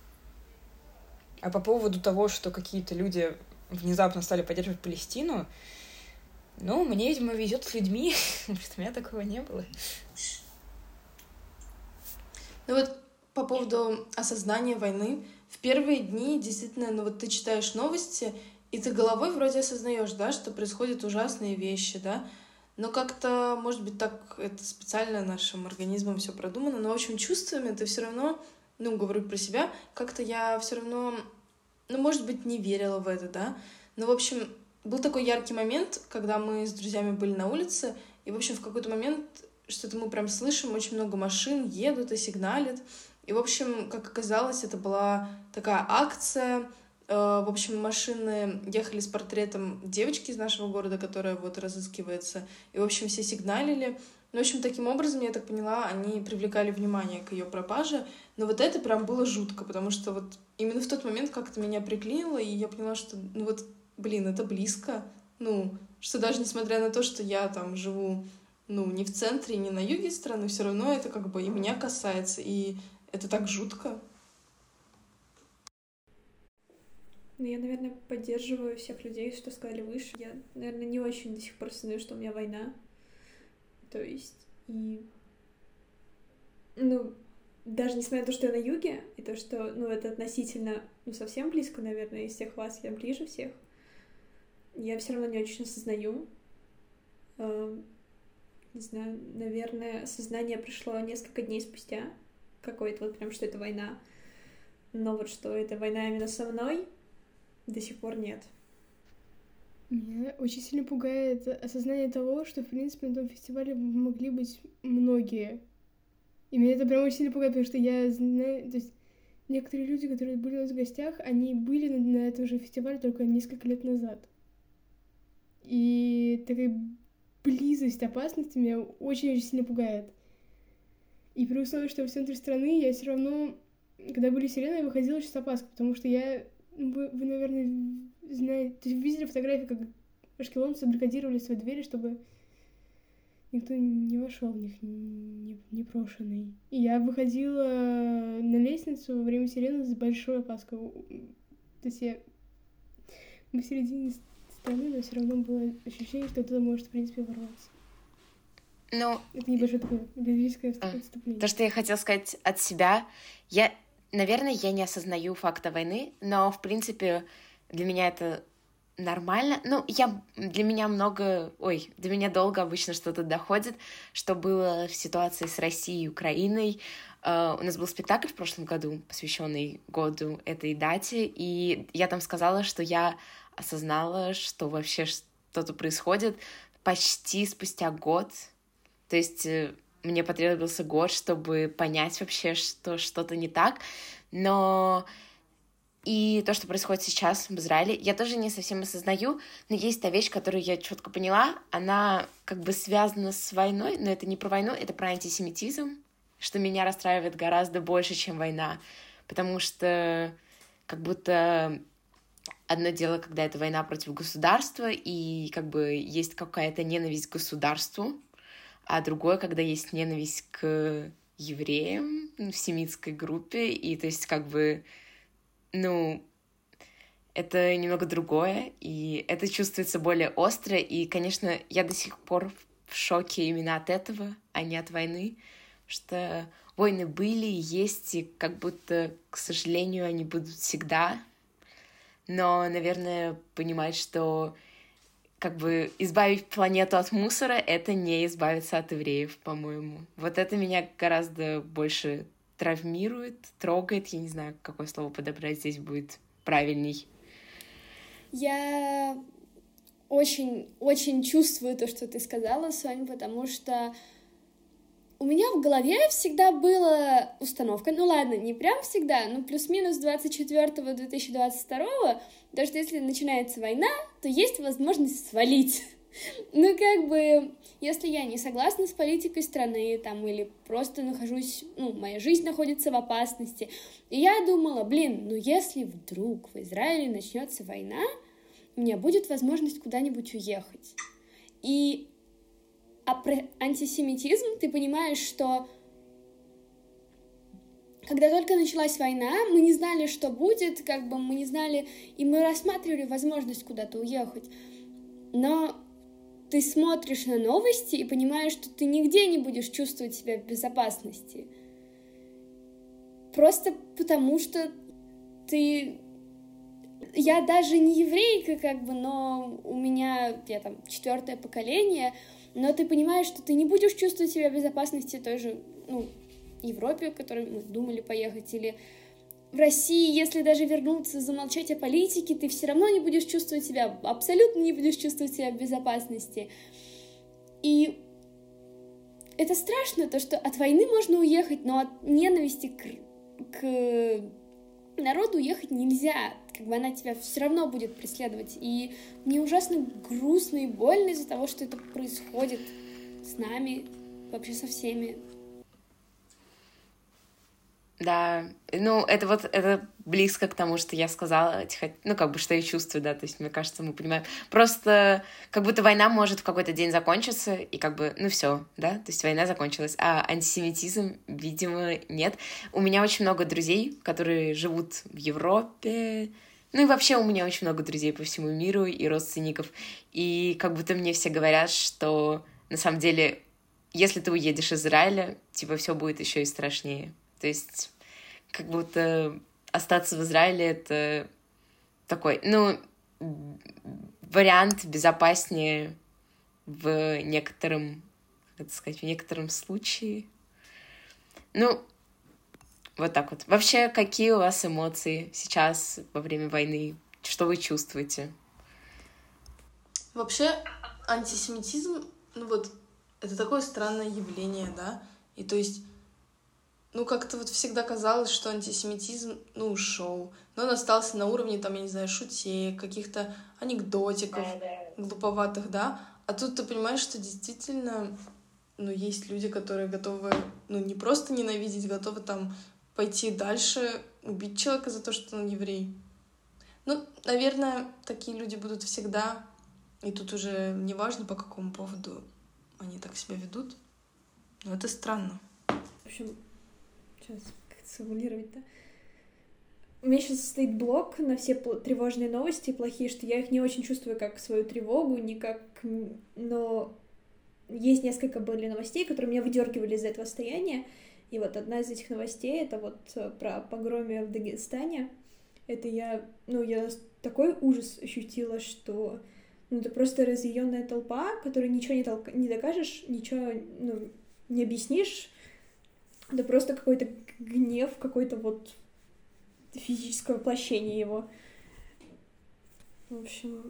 А по поводу того, что какие-то люди внезапно стали поддерживать Палестину, ну, мне, видимо, везет с людьми, потому что у меня такого не было. Ну вот по поводу осознания войны, в первые дни действительно, ну вот ты читаешь новости, и ты головой вроде осознаешь, да, что происходят ужасные вещи, да, но как-то, может быть, так это специально нашим организмом все продумано, но, в общем, чувствами ты все равно, ну, говорю про себя, как-то я все равно, ну, может быть, не верила в это, да, но, в общем, был такой яркий момент, когда мы с друзьями были на улице, и, в общем, в какой-то момент что-то мы прям слышим, очень много машин едут и сигналят, и, в общем, как оказалось, это была такая акция. В общем, машины ехали с портретом девочки из нашего города, которая вот разыскивается. И, в общем, все сигналили. Ну, в общем, таким образом, я так поняла, они привлекали внимание к ее пропаже. Но вот это прям было жутко, потому что вот именно в тот момент как-то меня приклинило, и я поняла, что, ну вот, блин, это близко. Ну, что даже несмотря на то, что я там живу, ну, не в центре, не на юге страны, все равно это как бы и меня касается, и это так жутко. Ну, я, наверное, поддерживаю всех людей, что сказали выше. Я, наверное, не очень до сих пор осознаю, что у меня война. То есть, и... Ну, даже несмотря на то, что я на юге, и то, что, ну, это относительно, ну, совсем близко, наверное, из всех вас, я ближе всех, я все равно не очень осознаю. Э, не знаю, наверное, осознание пришло несколько дней спустя, какой-то вот прям, что это война. Но вот что это война именно со мной, до сих пор нет. Меня очень сильно пугает осознание того, что, в принципе, на том фестивале могли быть многие. И меня это прям очень сильно пугает, потому что я знаю... То есть некоторые люди, которые были у нас в гостях, они были на, на этом же фестивале только несколько лет назад. И такая близость опасности меня очень-очень сильно пугает. И при условии, что я в центре страны, я все равно... Когда были сирены, я выходила очень с опаской, потому что я... Вы, вы, наверное, знаете... То есть видели фотографии, как ашкелонцы баррикадировали свои двери, чтобы никто не вошел в них непрошенный. И я выходила на лестницу во время сирены с большой опаской. То есть я... Мы в середине страны, но все равно было ощущение, что туда может, в принципе, ворваться. Ну, это небольшое такое лирическое отступление. То, что я хотела сказать от себя, я, наверное, я не осознаю факта войны, но, в принципе, для меня это нормально. Ну, я, для меня много... Ой, до меня долго обычно что-то доходит, что было в ситуации с Россией и Украиной. Uh, у нас был спектакль в прошлом году, посвященный году этой дате, и я там сказала, что я осознала, что вообще что-то происходит почти спустя год. То есть мне потребовался год, чтобы понять вообще, что что-то не так. Но и то, что происходит сейчас в Израиле, я тоже не совсем осознаю, но есть та вещь, которую я четко поняла, она как бы связана с войной, но это не про войну, это про антисемитизм, что меня расстраивает гораздо больше, чем война, потому что как будто одно дело, когда это война против государства, и как бы есть какая-то ненависть к государству, а другое, когда есть ненависть к евреям в семитской группе, и то есть как бы ну, это немного другое, и это чувствуется более остро, и, конечно, я до сих пор в шоке именно от этого, а не от войны, что войны были и есть, и как будто, к сожалению, они будут всегда, но, наверное, понимать, что как бы избавить планету от мусора — это не избавиться от евреев, по-моему. Вот это меня гораздо больше травмирует, трогает, я не знаю, какое слово подобрать здесь будет правильней. Я очень-очень чувствую то, что ты сказала, Сонь, потому что у меня в голове всегда была установка, ну ладно, не прям всегда, но плюс-минус двадцать четвёртого две тысячи двадцать второго, даже если начинается война, то есть возможность свалить. Ну, как бы, если я не согласна с политикой страны, там, или просто нахожусь, ну, моя жизнь находится в опасности, и я думала, блин, ну, если вдруг в Израиле начнется война, у меня будет возможность куда-нибудь уехать. И а про антисемитизм ты понимаешь, что когда только началась война, мы не знали, что будет, как бы мы не знали, и мы рассматривали возможность куда-то уехать. Но ты смотришь на новости и понимаешь, что ты нигде не будешь чувствовать себя в безопасности. Просто потому что ты... Я даже не еврейка, как бы, но у меня, я там, четвертое поколение, но ты понимаешь, что ты не будешь чувствовать себя в безопасности той же, ну, Европе, в которой мы думали поехать, или в России, если даже вернуться, замолчать о политике, ты все равно не будешь чувствовать себя, абсолютно не будешь чувствовать себя в безопасности. И это страшно, то, что от войны можно уехать, но от ненависти к, к народу уехать нельзя. Как бы она тебя все равно будет преследовать. И мне ужасно грустно и больно из-за того, что это происходит с нами, вообще со всеми. Да, ну, это вот, это близко к тому, что я сказала, ну, как бы, что я чувствую, да, то есть, мне кажется, мы понимаем. Просто как будто война может в какой-то день закончиться, и как бы, ну, все, да, то есть война закончилась, а антисемитизм, видимо, нет. У меня очень много друзей, которые живут в Европе, ну, и вообще у меня очень много друзей по всему миру и родственников, и как будто мне все говорят, что, на самом деле, если ты уедешь из Израиля, типа, все будет еще и страшнее. То есть, как будто остаться в Израиле — это такой, ну, вариант безопаснее в некотором, как это сказать, в некотором случае. Ну, вот так вот. Вообще, какие у вас эмоции сейчас во время войны? Что вы чувствуете? Вообще, антисемитизм, ну вот, это такое странное явление, да? И то есть... Ну, как-то вот всегда казалось, что антисемитизм, ну, ушел. Но он остался на уровне, там, я не знаю, шутеек, каких-то анекдотиков глуповатых, да? А тут ты понимаешь, что действительно, ну, есть люди, которые готовы, ну, не просто ненавидеть, готовы там пойти дальше, убить человека за то, что он еврей. Ну, наверное, такие люди будут всегда. И тут уже не важно, по какому поводу они так себя ведут. Но это странно. В общем... Сейчас, как это сформулировать-то? У меня сейчас стоит блок на все тревожные новости плохие, что я их не очень чувствую как свою тревогу, не как... Но есть несколько были новостей, которые меня выдергивали из этого состояния. И вот одна из этих новостей — это вот про погроме в Дагестане. Это я... Ну, я такой ужас ощутила, что... Ну, это просто разъяренная толпа, которой ничего не, толк... не докажешь, ничего, ну, не объяснишь. Это просто какой-то гнев, какой-то вот физическое воплощение его. В общем...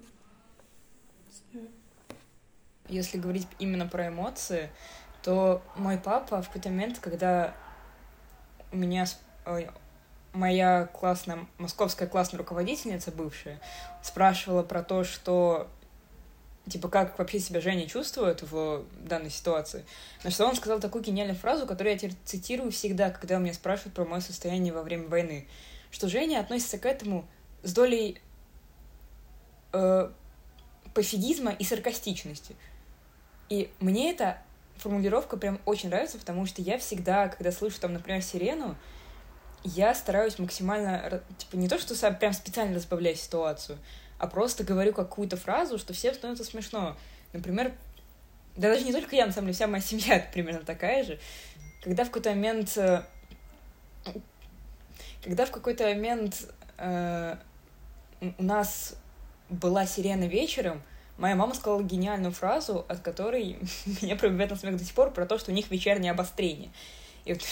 Если говорить именно про эмоции, то мой папа в какой-то момент, когда у меня моя классная, московская классная руководительница бывшая спрашивала про то, что типа, как вообще себя Женя чувствует в данной ситуации. На что он сказал такую гениальную фразу, которую я теперь цитирую всегда, когда у меня спрашивают про мое состояние во время войны. Что Женя относится к этому с долей э, пофигизма и саркастичности. И мне эта формулировка прям очень нравится, потому что я всегда, когда слышу там, например, сирену, я стараюсь максимально, типа, не то, что сам прям специально разбавляю ситуацию, а просто говорю какую-то фразу, что всем становится смешно. Например, да даже не только я, на самом деле, вся моя семья примерно такая же. Когда в какой-то момент... Когда в какой-то момент э, у нас была сирена вечером, моя мама сказала гениальную фразу, от которой меня пробивает на смех до сих пор, про то, что у них вечернее обострение. И вот...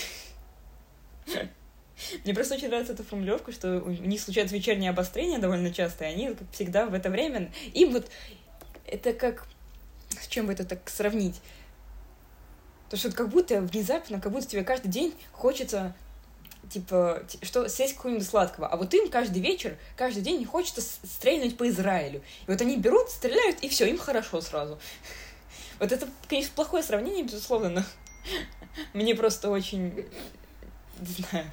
Мне просто очень нравится эта формулировка, что у них случается вечернее обострение довольно часто, и они, как всегда, в это время... Им вот... Это как... С чем бы это так сравнить? То, что как будто внезапно, как будто тебе каждый день хочется... Типа, что съесть какого-нибудь сладкого. А вот им каждый вечер, каждый день хочется стрельнуть по Израилю. И вот они берут, стреляют, и все, им хорошо сразу. Вот это, конечно, плохое сравнение, безусловно, но мне просто очень... Не знаю.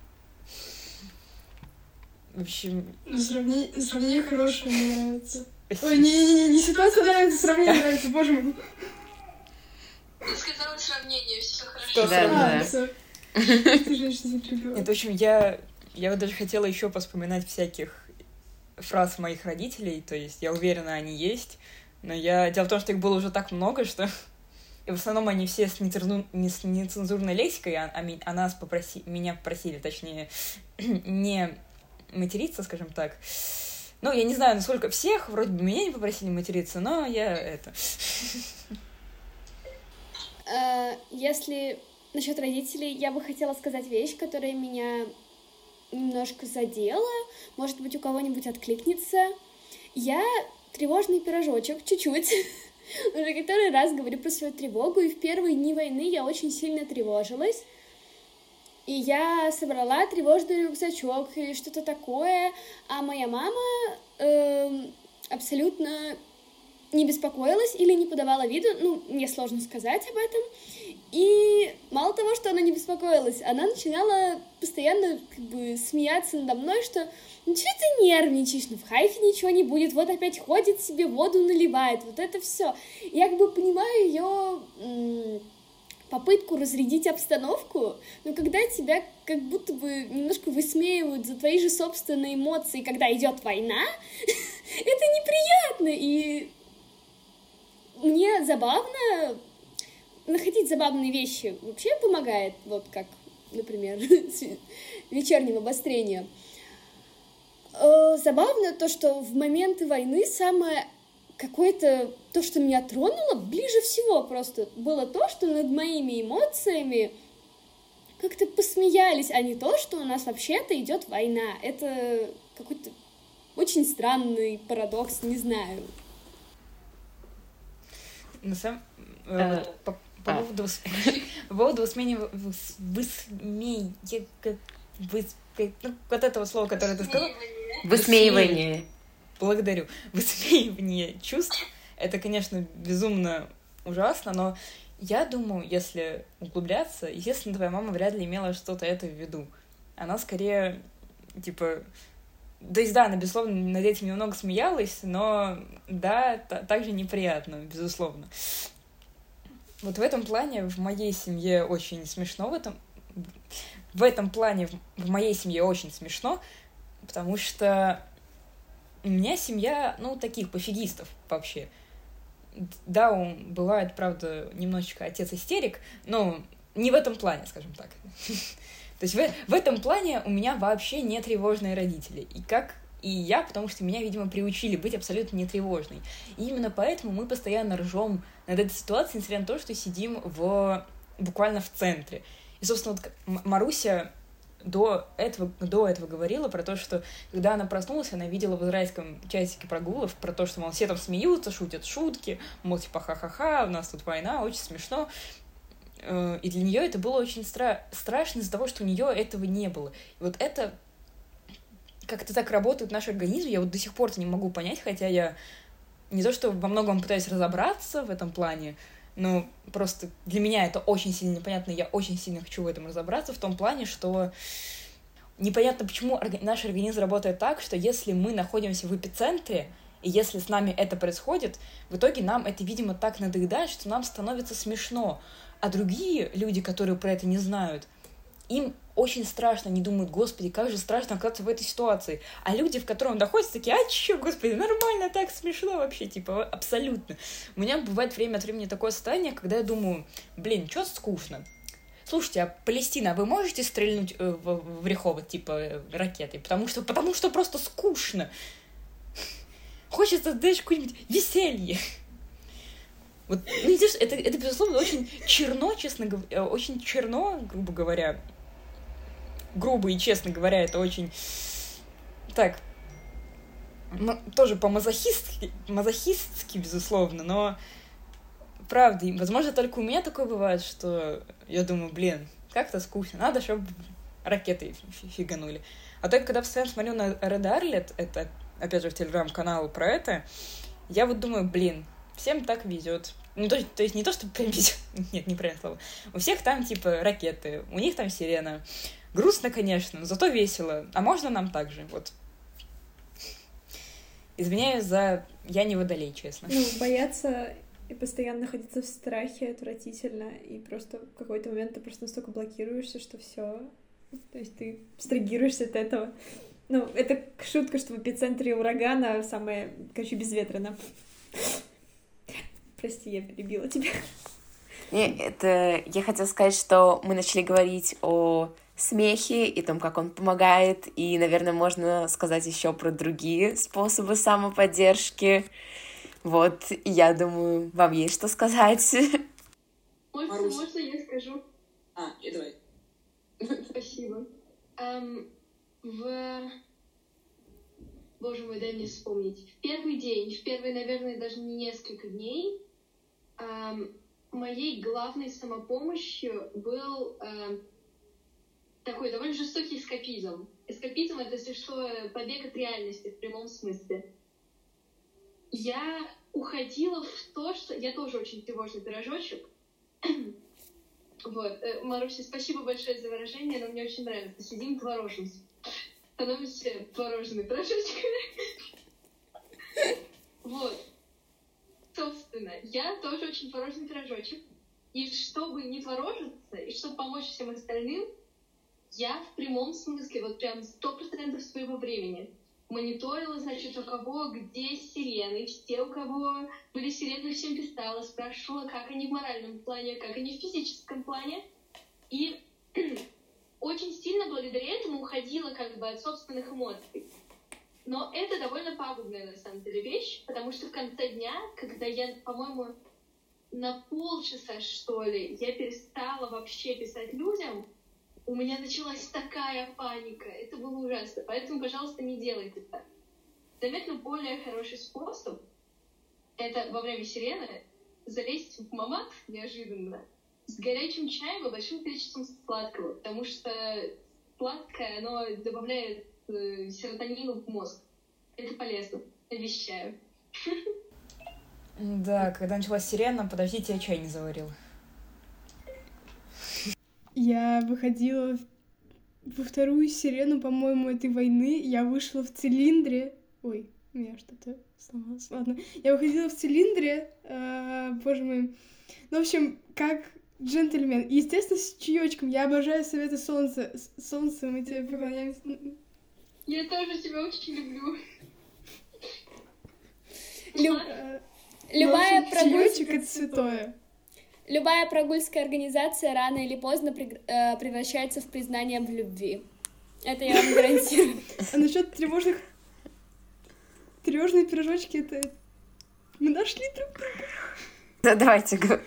В общем... Сравнение, сравнение хорошее, мне нравится. Ой, не-не-не, не ситуация нравится, сравнение нравится, боже мой. Ты сказала сравнение, все хорошо. Да, да. Нет, в общем, я, я вот даже хотела еще поспоминать всяких фраз моих родителей, то есть я уверена, они есть, но я... Дело в том, что их было уже так много, что... И в основном они все с, нецензур... не с нецензурной лексикой, а, а, а нас попроси... меня попросили, точнее, не материться, скажем так. Ну, я не знаю, насколько всех, вроде бы меня не попросили материться, но я это... Если... Насчет родителей я бы хотела сказать вещь, которая меня немножко задела. Может быть, у кого-нибудь откликнется. Я тревожный пирожочек, чуть-чуть. Уже который раз говорю про свою тревогу. И в первые дни войны я очень сильно тревожилась. И я собрала тревожный рюкзачок или что-то такое. А моя мама э, абсолютно не беспокоилась или не подавала виду. Ну, мне сложно сказать об этом. И мало того, что она не беспокоилась, она начинала постоянно как бы смеяться надо мной, что ну что ты нервничаешь, ну в Хайфе ничего не будет, вот опять ходит себе воду наливает, вот это все. Я как бы понимаю ее м- попытку разрядить обстановку, но когда тебя как будто бы немножко высмеивают за твои же собственные эмоции, когда идет война, это неприятно, и мне забавно... Находить забавные вещи вообще помогает, вот как, например, вечернего обострения. Забавно то, что в моменты войны самое какое-то, то, что меня тронуло, ближе всего просто было то, что над моими эмоциями как-то посмеялись, а не то, что у нас вообще-то идет война. Это какой-то очень странный парадокс, не знаю. На самом... По, по поводу по поводу высмеивания... Ну, вот этого слова, которое ты сказала. Высмеивание. Благодарю. Высмеивание чувств. Это, конечно, безумно ужасно, но я думаю, если углубляться, естественно, твоя мама вряд ли имела что-то это в виду. Она скорее, типа... То есть, да, она, безусловно, над этим немного смеялась, но, да, т- также неприятно, безусловно. Вот в этом плане в моей семье очень смешно, в этом, в этом плане в, в моей семье очень смешно, потому что у меня семья, ну, таких пофигистов вообще. Да, он бывает, правда, немножечко отец-истерик, но не в этом плане, скажем так. То есть в, в этом плане у меня вообще не тревожные родители. И как и я, потому что меня, видимо, приучили быть абсолютно не тревожной. И именно поэтому мы постоянно ржем над этой ситуацией, несмотря на то, что сидим в, буквально в центре. И, собственно, вот Маруся до этого, до этого говорила про то, что когда она проснулась, она видела в израильском чатике прогулов про то, что, мол, все там смеются, шутят шутки, мол, типа ха-ха-ха, у нас тут война, очень смешно. И для нее это было очень стра- страшно из-за того, что у нее этого не было. И вот это как-то так работает наш организм, я вот до сих пор-то не могу понять, хотя я не то, что во многом пытаюсь разобраться в этом плане, но просто для меня это очень сильно непонятно, я очень сильно хочу в этом разобраться, в том плане, что непонятно, почему наш организм работает так, что если мы находимся в эпицентре, и если с нами это происходит, в итоге нам это, видимо, так надоедает, что нам становится смешно. А другие люди, которые про это не знают, им очень страшно, они думают, господи, как же страшно оказаться в этой ситуации. А люди, в котором находятся, такие, а чё, господи, нормально, так смешно вообще, типа, абсолютно. У меня бывает время от времени такое состояние, когда я думаю, блин, чё скучно. Слушайте, а Палестина, вы можете стрельнуть э, в, в Рехово, типа, э, ракетой? Потому что, потому что просто скучно. Хочется, знаешь, какое-нибудь веселье. Вот, ну, видишь, это, это, безусловно, очень черно, честно говоря, очень черно, грубо говоря. Грубо и честно говоря, это очень... Так, ну, тоже по-мазохистски, мазохистски, безусловно, но правда, возможно, только у меня такое бывает, что я думаю, блин, как-то скучно, надо, чтобы ракеты фиганули. А только когда постоянно смотрю на Red Arlet, это, опять же, в телеграм-канал про это, я вот думаю, блин, всем так везет. Ну, то, то есть не то, что прям везет, нет, неправильное слово. У всех там, типа, ракеты, у них там сирена. Грустно, конечно, но зато весело. А можно нам так же, вот. Извиняюсь за... Я не водолей, честно. Ну, бояться и постоянно находиться в страхе отвратительно, и просто в какой-то момент ты просто настолько блокируешься, что все. То есть ты абстрагируешься от этого. Ну, это шутка, что в эпицентре урагана самое, короче, безветренно. Прости, я перебила тебя. Не, это... Я хотела сказать, что мы начали говорить о смехе и том, как он помогает, и, наверное, можно сказать еще про другие способы самоподдержки. Вот, я думаю, вам есть что сказать. Можно, Марусь. можно я скажу? А, и давай. Спасибо. Эм, в... Боже мой, дай мне вспомнить. В первый день, в первые, наверное, даже не несколько дней, эм, моей главной самопомощью был эм, такой довольно жестокий эскапизм. Эскапизм — это, если что, побег от реальности в прямом смысле. Я уходила в то, что... Я тоже очень тревожный пирожочек. Вот. Э, Маруся, спасибо большое за выражение, но мне очень нравится. Сидим, творожимся. Становимся творожными пирожочками. Вот. Собственно, я тоже очень творожный пирожочек. И чтобы не творожиться, и чтобы помочь всем остальным, я в прямом смысле, вот прям сто процентов своего времени мониторила, значит, у кого где сирены, все, у кого были сирены, всем писала, спрашивала, как они в моральном плане, как они в физическом плане. И очень сильно благодаря этому уходила как бы от собственных эмоций. Но это довольно пагубная, на самом деле, вещь, потому что в конце дня, когда я, по-моему, на полчаса, что ли, я перестала вообще писать людям, у меня началась такая паника. Это было ужасно. Поэтому, пожалуйста, не делайте так. Заметно более хороший способ — это во время сирены залезть в мамат неожиданно с горячим чаем и большим количеством сладкого, потому что сладкое, оно добавляет э, серотонину в мозг. Это полезно. Обещаю. Да, когда началась сирена, подождите, я чай не заварила. Я выходила во вторую сирену, по-моему, этой войны. Я вышла в цилиндре. Ой, у меня что-то сломалось. Ладно. Я выходила в цилиндре. э, Боже мой. Ну, в общем, как джентльмен. Естественно, с чаечком. Я обожаю советы солнца. С солнцем мы тебе поклоняемся. Я тоже тебя очень люблю. Лю- Э, Любая в общем, прогулка... чаёчек — это святое. Любая прогульская организация рано или поздно прeg- э, превращается в признание в любви. Это я вам гарантирую. А насчет тревожных... Тревожные пирожочки — это... Мы нашли друг друга. Да, давайте. го-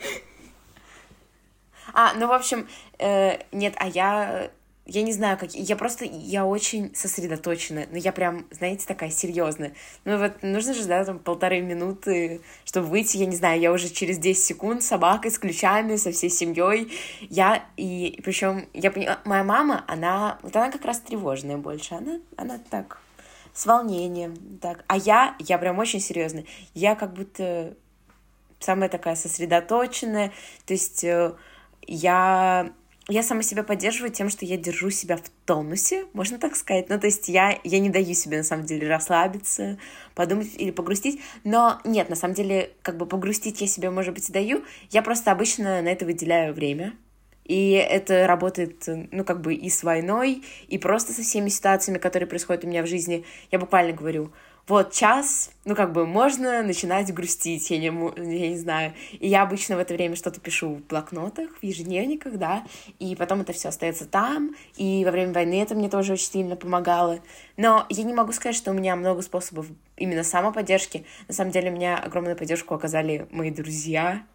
А, ну, в общем, э, нет, а я... Я не знаю, как... Я просто... Я очень сосредоточена. Ну, я прям, знаете, такая серьезная. Ну, вот нужно же, да, там, полторы минуты, чтобы выйти. Я не знаю, я уже через десять секунд с собакой, с ключами, со всей семьей. Я... И причем я поняла... Моя мама, она... Вот она как раз тревожная больше. Она, она так... С волнением. Так. А я... Я прям очень серьезная. Я как будто самая такая сосредоточенная. То есть э, я... Я сама себя поддерживаю тем, что я держу себя в тонусе, можно так сказать. Ну, то есть я, я не даю себе, на самом деле, расслабиться, подумать или погрустить. Но нет, на самом деле, как бы погрустить я себе, может быть, и даю. Я просто обычно на это выделяю время. И это работает, ну, как бы и с войной, и просто со всеми ситуациями, которые происходят у меня в жизни. Я буквально говорю, вот час, ну, как бы можно начинать грустить, я не, я не знаю. И я обычно в это время что-то пишу в блокнотах, в ежедневниках, да, и потом это все остается там, и во время войны это мне тоже очень сильно помогало. Но я не могу сказать, что у меня много способов именно самоподдержки. На самом деле, у меня огромную поддержку оказали мои друзья.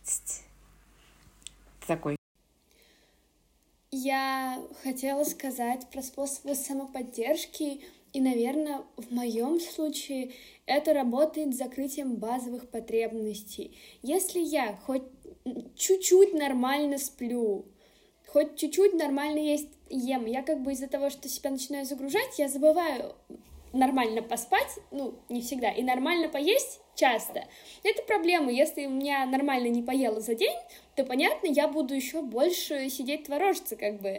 Ты такой. Я хотела сказать про способы самоподдержки, и, наверное, в моем случае это работает с закрытием базовых потребностей. Если я хоть чуть-чуть нормально сплю, хоть чуть-чуть нормально есть, ем, я как бы из-за того, что себя начинаю загружать, я забываю нормально поспать, ну, не всегда, и нормально поесть часто. Это проблема. Если у меня нормально не поела за день, то, понятно, я буду еще больше сидеть творожиться, как бы.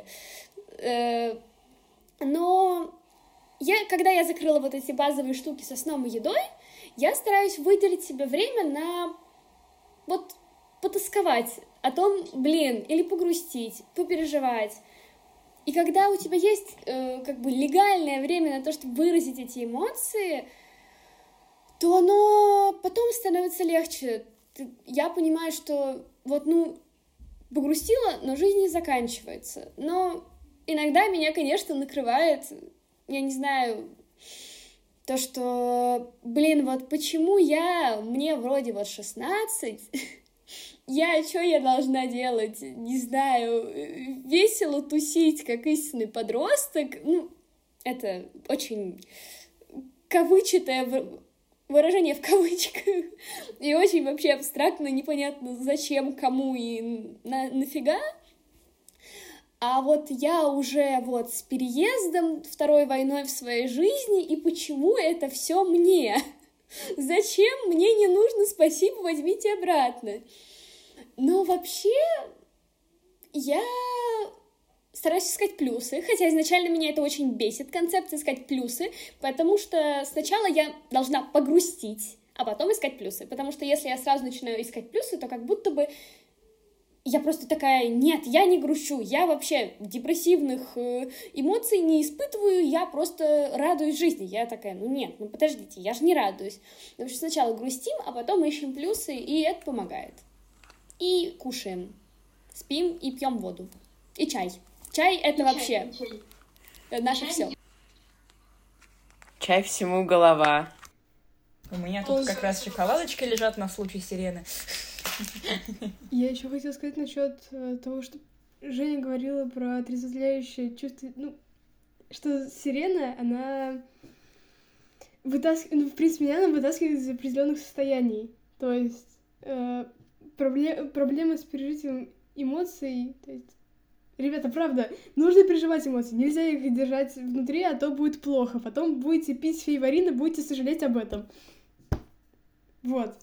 Но я, когда я закрыла вот эти базовые штуки со сном и едой, я стараюсь выделить себе время на вот потасковать о том, блин, или погрустить, попереживать. И когда у тебя есть э, как бы легальное время на то, чтобы выразить эти эмоции, то оно потом становится легче. Я понимаю, что вот, ну, погрустила, но жизнь не заканчивается. Но иногда меня, конечно, накрывает, я не знаю, то, что, блин, вот почему я, мне вроде вот шестнадцать, я, что я должна делать? Не знаю, весело тусить, как истинный подросток. Ну, это очень кавычатое выражение в кавычках. И очень вообще абстрактно, непонятно зачем, кому и на, нафига. А вот я уже вот с переездом, второй войной в своей жизни, и почему это все мне? Зачем? Мне не нужно, спасибо, возьмите обратно. Но вообще я стараюсь искать плюсы, хотя изначально меня это очень бесит, концепция искать плюсы, потому что сначала я должна погрустить, а потом искать плюсы, потому что если я сразу начинаю искать плюсы, то как будто бы я просто такая, нет, я не грущу, я вообще депрессивных эмоций не испытываю, я просто радуюсь жизни. Я такая, ну нет, ну подождите, я же не радуюсь. Потому что сначала грустим, а потом ищем плюсы, и это помогает. И кушаем, спим и пьем воду. И чай. Чай — это и вообще чай, чай. Наше все. Чай всему голова. У меня тут Он... как раз шоколадочки лежат на случай сирены. Я еще хотела сказать насчет того, что Женя говорила про отрезвляющее чувство, ну, что сирена, она вытаскивает, ну, в принципе, меня она вытаскивает из определенных состояний. То есть э, пробле... проблемы с пережитием эмоций, то есть, ребята, правда, нужно переживать эмоции, нельзя их держать внутри, а то будет плохо. Потом будете пить фейворины, будете сожалеть об этом. Вот.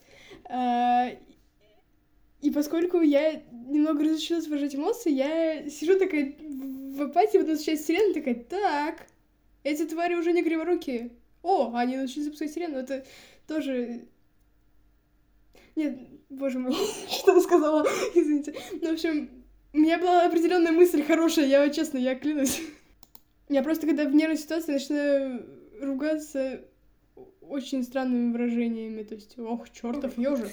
И поскольку я немного разучилась выражать эмоции, я сижу такая в апатии, потом случается сирена, такая, так, эти твари уже не криворукие. О, они начали запускать сирену, это тоже... Нет, боже мой, что я сказала, извините. Ну, в общем, у меня была определенная мысль хорошая, я честно, я клянусь. Я просто, когда в нервной ситуации начинаю ругаться очень странными выражениями, то есть, ох, чертов ежик.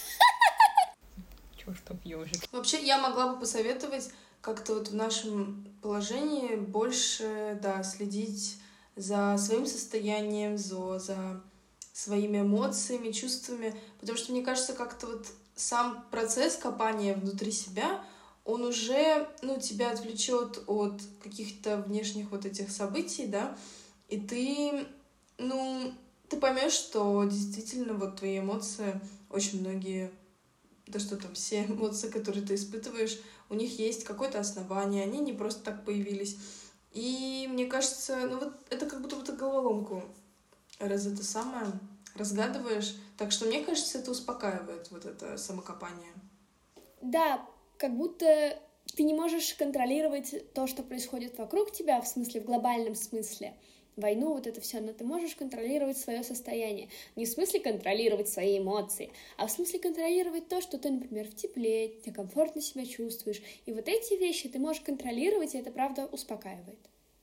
Чертов ежик. Вообще, я могла бы посоветовать как-то вот в нашем положении больше, да, следить за своим состоянием, за, за своими эмоциями, чувствами, потому что, мне кажется, как-то вот сам процесс копания внутри себя, он уже, ну, тебя отвлечет от каких-то внешних вот этих событий, да, и ты, ну, ты поймешь, что действительно вот твои эмоции, очень многие, да что там, все эмоции, которые ты испытываешь, у них есть какое-то основание, они не просто так появились. И мне кажется, ну вот это как будто бы ты головоломку раз это самое разгадываешь. Так что мне кажется, это успокаивает вот это самокопание. Да, как будто ты не можешь контролировать то, что происходит вокруг тебя, в смысле, в глобальном смысле, войну, вот это все, но ты можешь контролировать свое состояние. Не в смысле контролировать свои эмоции, а в смысле контролировать то, что ты, например, в тепле, ты комфортно себя чувствуешь. И вот эти вещи ты можешь контролировать, и это, правда, успокаивает.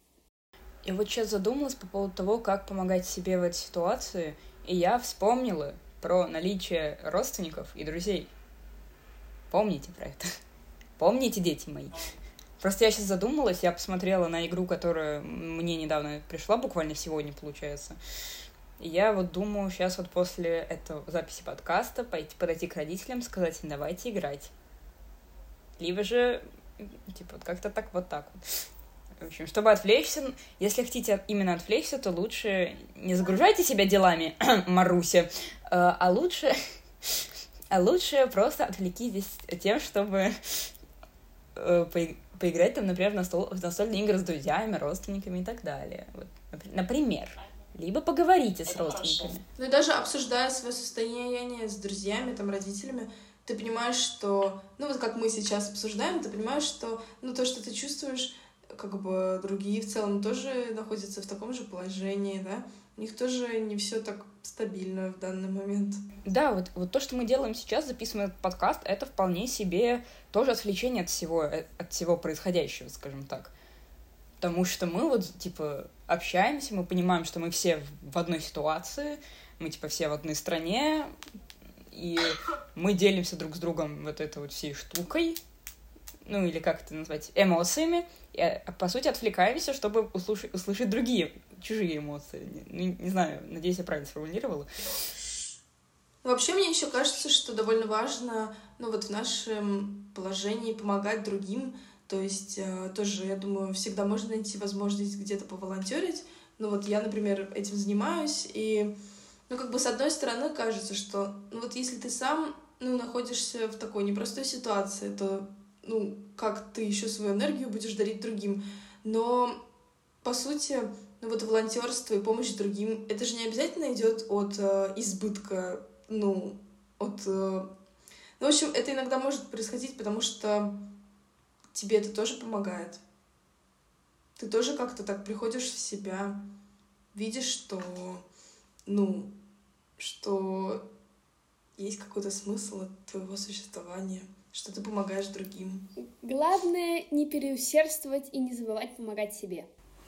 Я вот сейчас задумалась по поводу того, как помогать себе в этой ситуации, и я вспомнила про наличие родственников и друзей. Помните про это? Помните, дети мои? Просто я сейчас задумалась, я посмотрела на игру, которая мне недавно пришла, буквально сегодня, получается. И я вот думаю сейчас вот после этого записи подкаста пойти, подойти к родителям, сказать им, давайте играть. Либо же, типа, вот как-то так, вот так вот. В общем, чтобы отвлечься, если хотите именно отвлечься, то лучше не загружайте себя делами, Маруся, а лучше, а лучше просто отвлекитесь тем, чтобы поиграть там, например, в, настол... в настольные игры с друзьями, родственниками и так далее. Вот, например. Либо поговорите с родственниками. Ну и даже обсуждая свое состояние с друзьями, там, родителями, ты понимаешь, что... Ну вот как мы сейчас обсуждаем, ты понимаешь, что ну, то, что ты чувствуешь, как бы другие в целом тоже находятся в таком же положении, да? У них тоже не все так стабильно в данный момент. Да, вот, вот то, что мы делаем сейчас, записываем этот подкаст, это вполне себе тоже отвлечение от всего, от всего происходящего, скажем так. Потому что мы вот, типа, общаемся, мы понимаем, что мы все в одной ситуации, мы, типа, все в одной стране, и мы делимся друг с другом вот этой вот всей штукой, ну, или как это назвать, эмоциями, и, по сути, отвлекаемся, чтобы услышать, услышать другие, чужие эмоции. Не, не знаю, надеюсь, я правильно сформулировала. Вообще, мне еще кажется, что довольно важно, ну, вот в нашем положении помогать другим. То есть э, тоже, я думаю, всегда можно найти возможность где-то поволонтерить. Ну, вот я, например, этим занимаюсь, и, ну, как бы, с одной стороны, кажется, что, ну, вот если ты сам, ну, находишься в такой непростой ситуации, то, ну, как ты еще свою энергию будешь дарить другим. Но, по сути, ну, вот волонтерство и помощь другим, это же не обязательно идет от э, избытка, ну, от... Э... Ну, в общем, это иногда может происходить, потому что тебе это тоже помогает. Ты тоже как-то так приходишь в себя, видишь, что, ну, что есть какой-то смысл от твоего существования, что ты помогаешь другим. Главное не переусердствовать и не забывать помогать себе.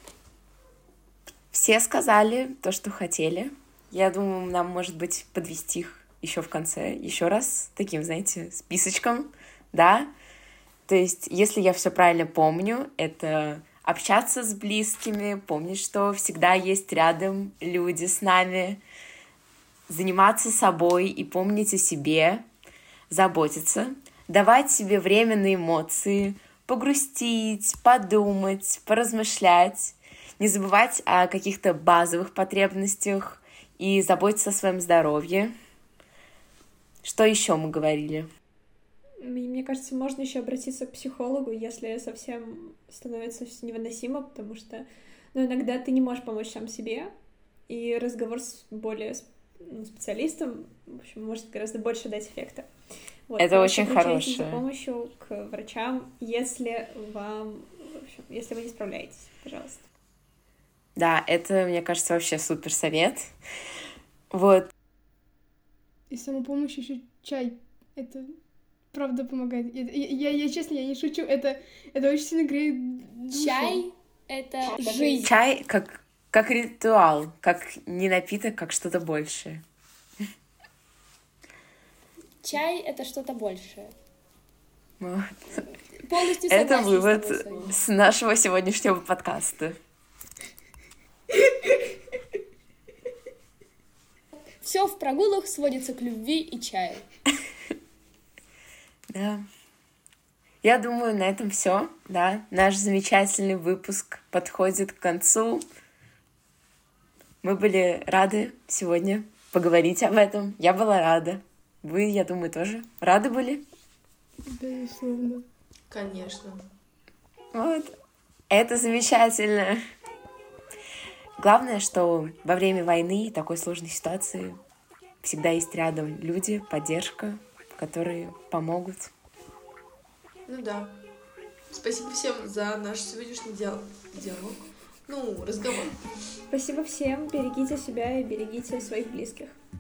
Все сказали то, что хотели. Я думаю, нам, может быть, подвести их еще в конце, еще раз, таким, знаете, списочком, да. То есть, если я все правильно помню, это общаться с близкими, помнить, что всегда есть рядом люди с нами, заниматься собой и помнить о себе, заботиться, давать себе время на эмоции, погрустить, подумать, поразмышлять, не забывать о каких-то базовых потребностях и заботиться о своем здоровье. Что еще мы говорили? Мне кажется, можно еще обратиться к психологу, если совсем становится невыносимо, потому что, ну, иногда ты не можешь помочь сам себе, и разговор с более ну, специалистом, в общем, может гораздо больше дать эффекта. Вот, это очень хорошее. За помощью к врачам, если вам, в общем, если вы не справляетесь, пожалуйста. Да, это, мне кажется, вообще супер совет. Вот. И самопомощь еще чай. Это правда помогает. Я, я, я честно, я не шучу. Это, это очень сильно греет душу. Чай — это жизнь. Чай как, как ритуал, как не напиток, как что-то большее. Чай — это что-то большее. Вот. Полностью это согласен вывод с тобой, с нашего сегодняшнего подкаста. Все в прогулах сводится к любви и чаю. Да. Я думаю, на этом все. Да, наш замечательный выпуск подходит к концу. Мы были рады сегодня поговорить об этом. Я была рада. Вы, я думаю, тоже рады были? Безусловно. Конечно. Вот. Это замечательно. Главное, что во время войны и такой сложной ситуации всегда есть рядом люди, поддержка, которые помогут. Ну да. Спасибо всем за наш сегодняшний диалог. диалог. Ну, разговор. Спасибо всем, берегите себя и берегите своих близких.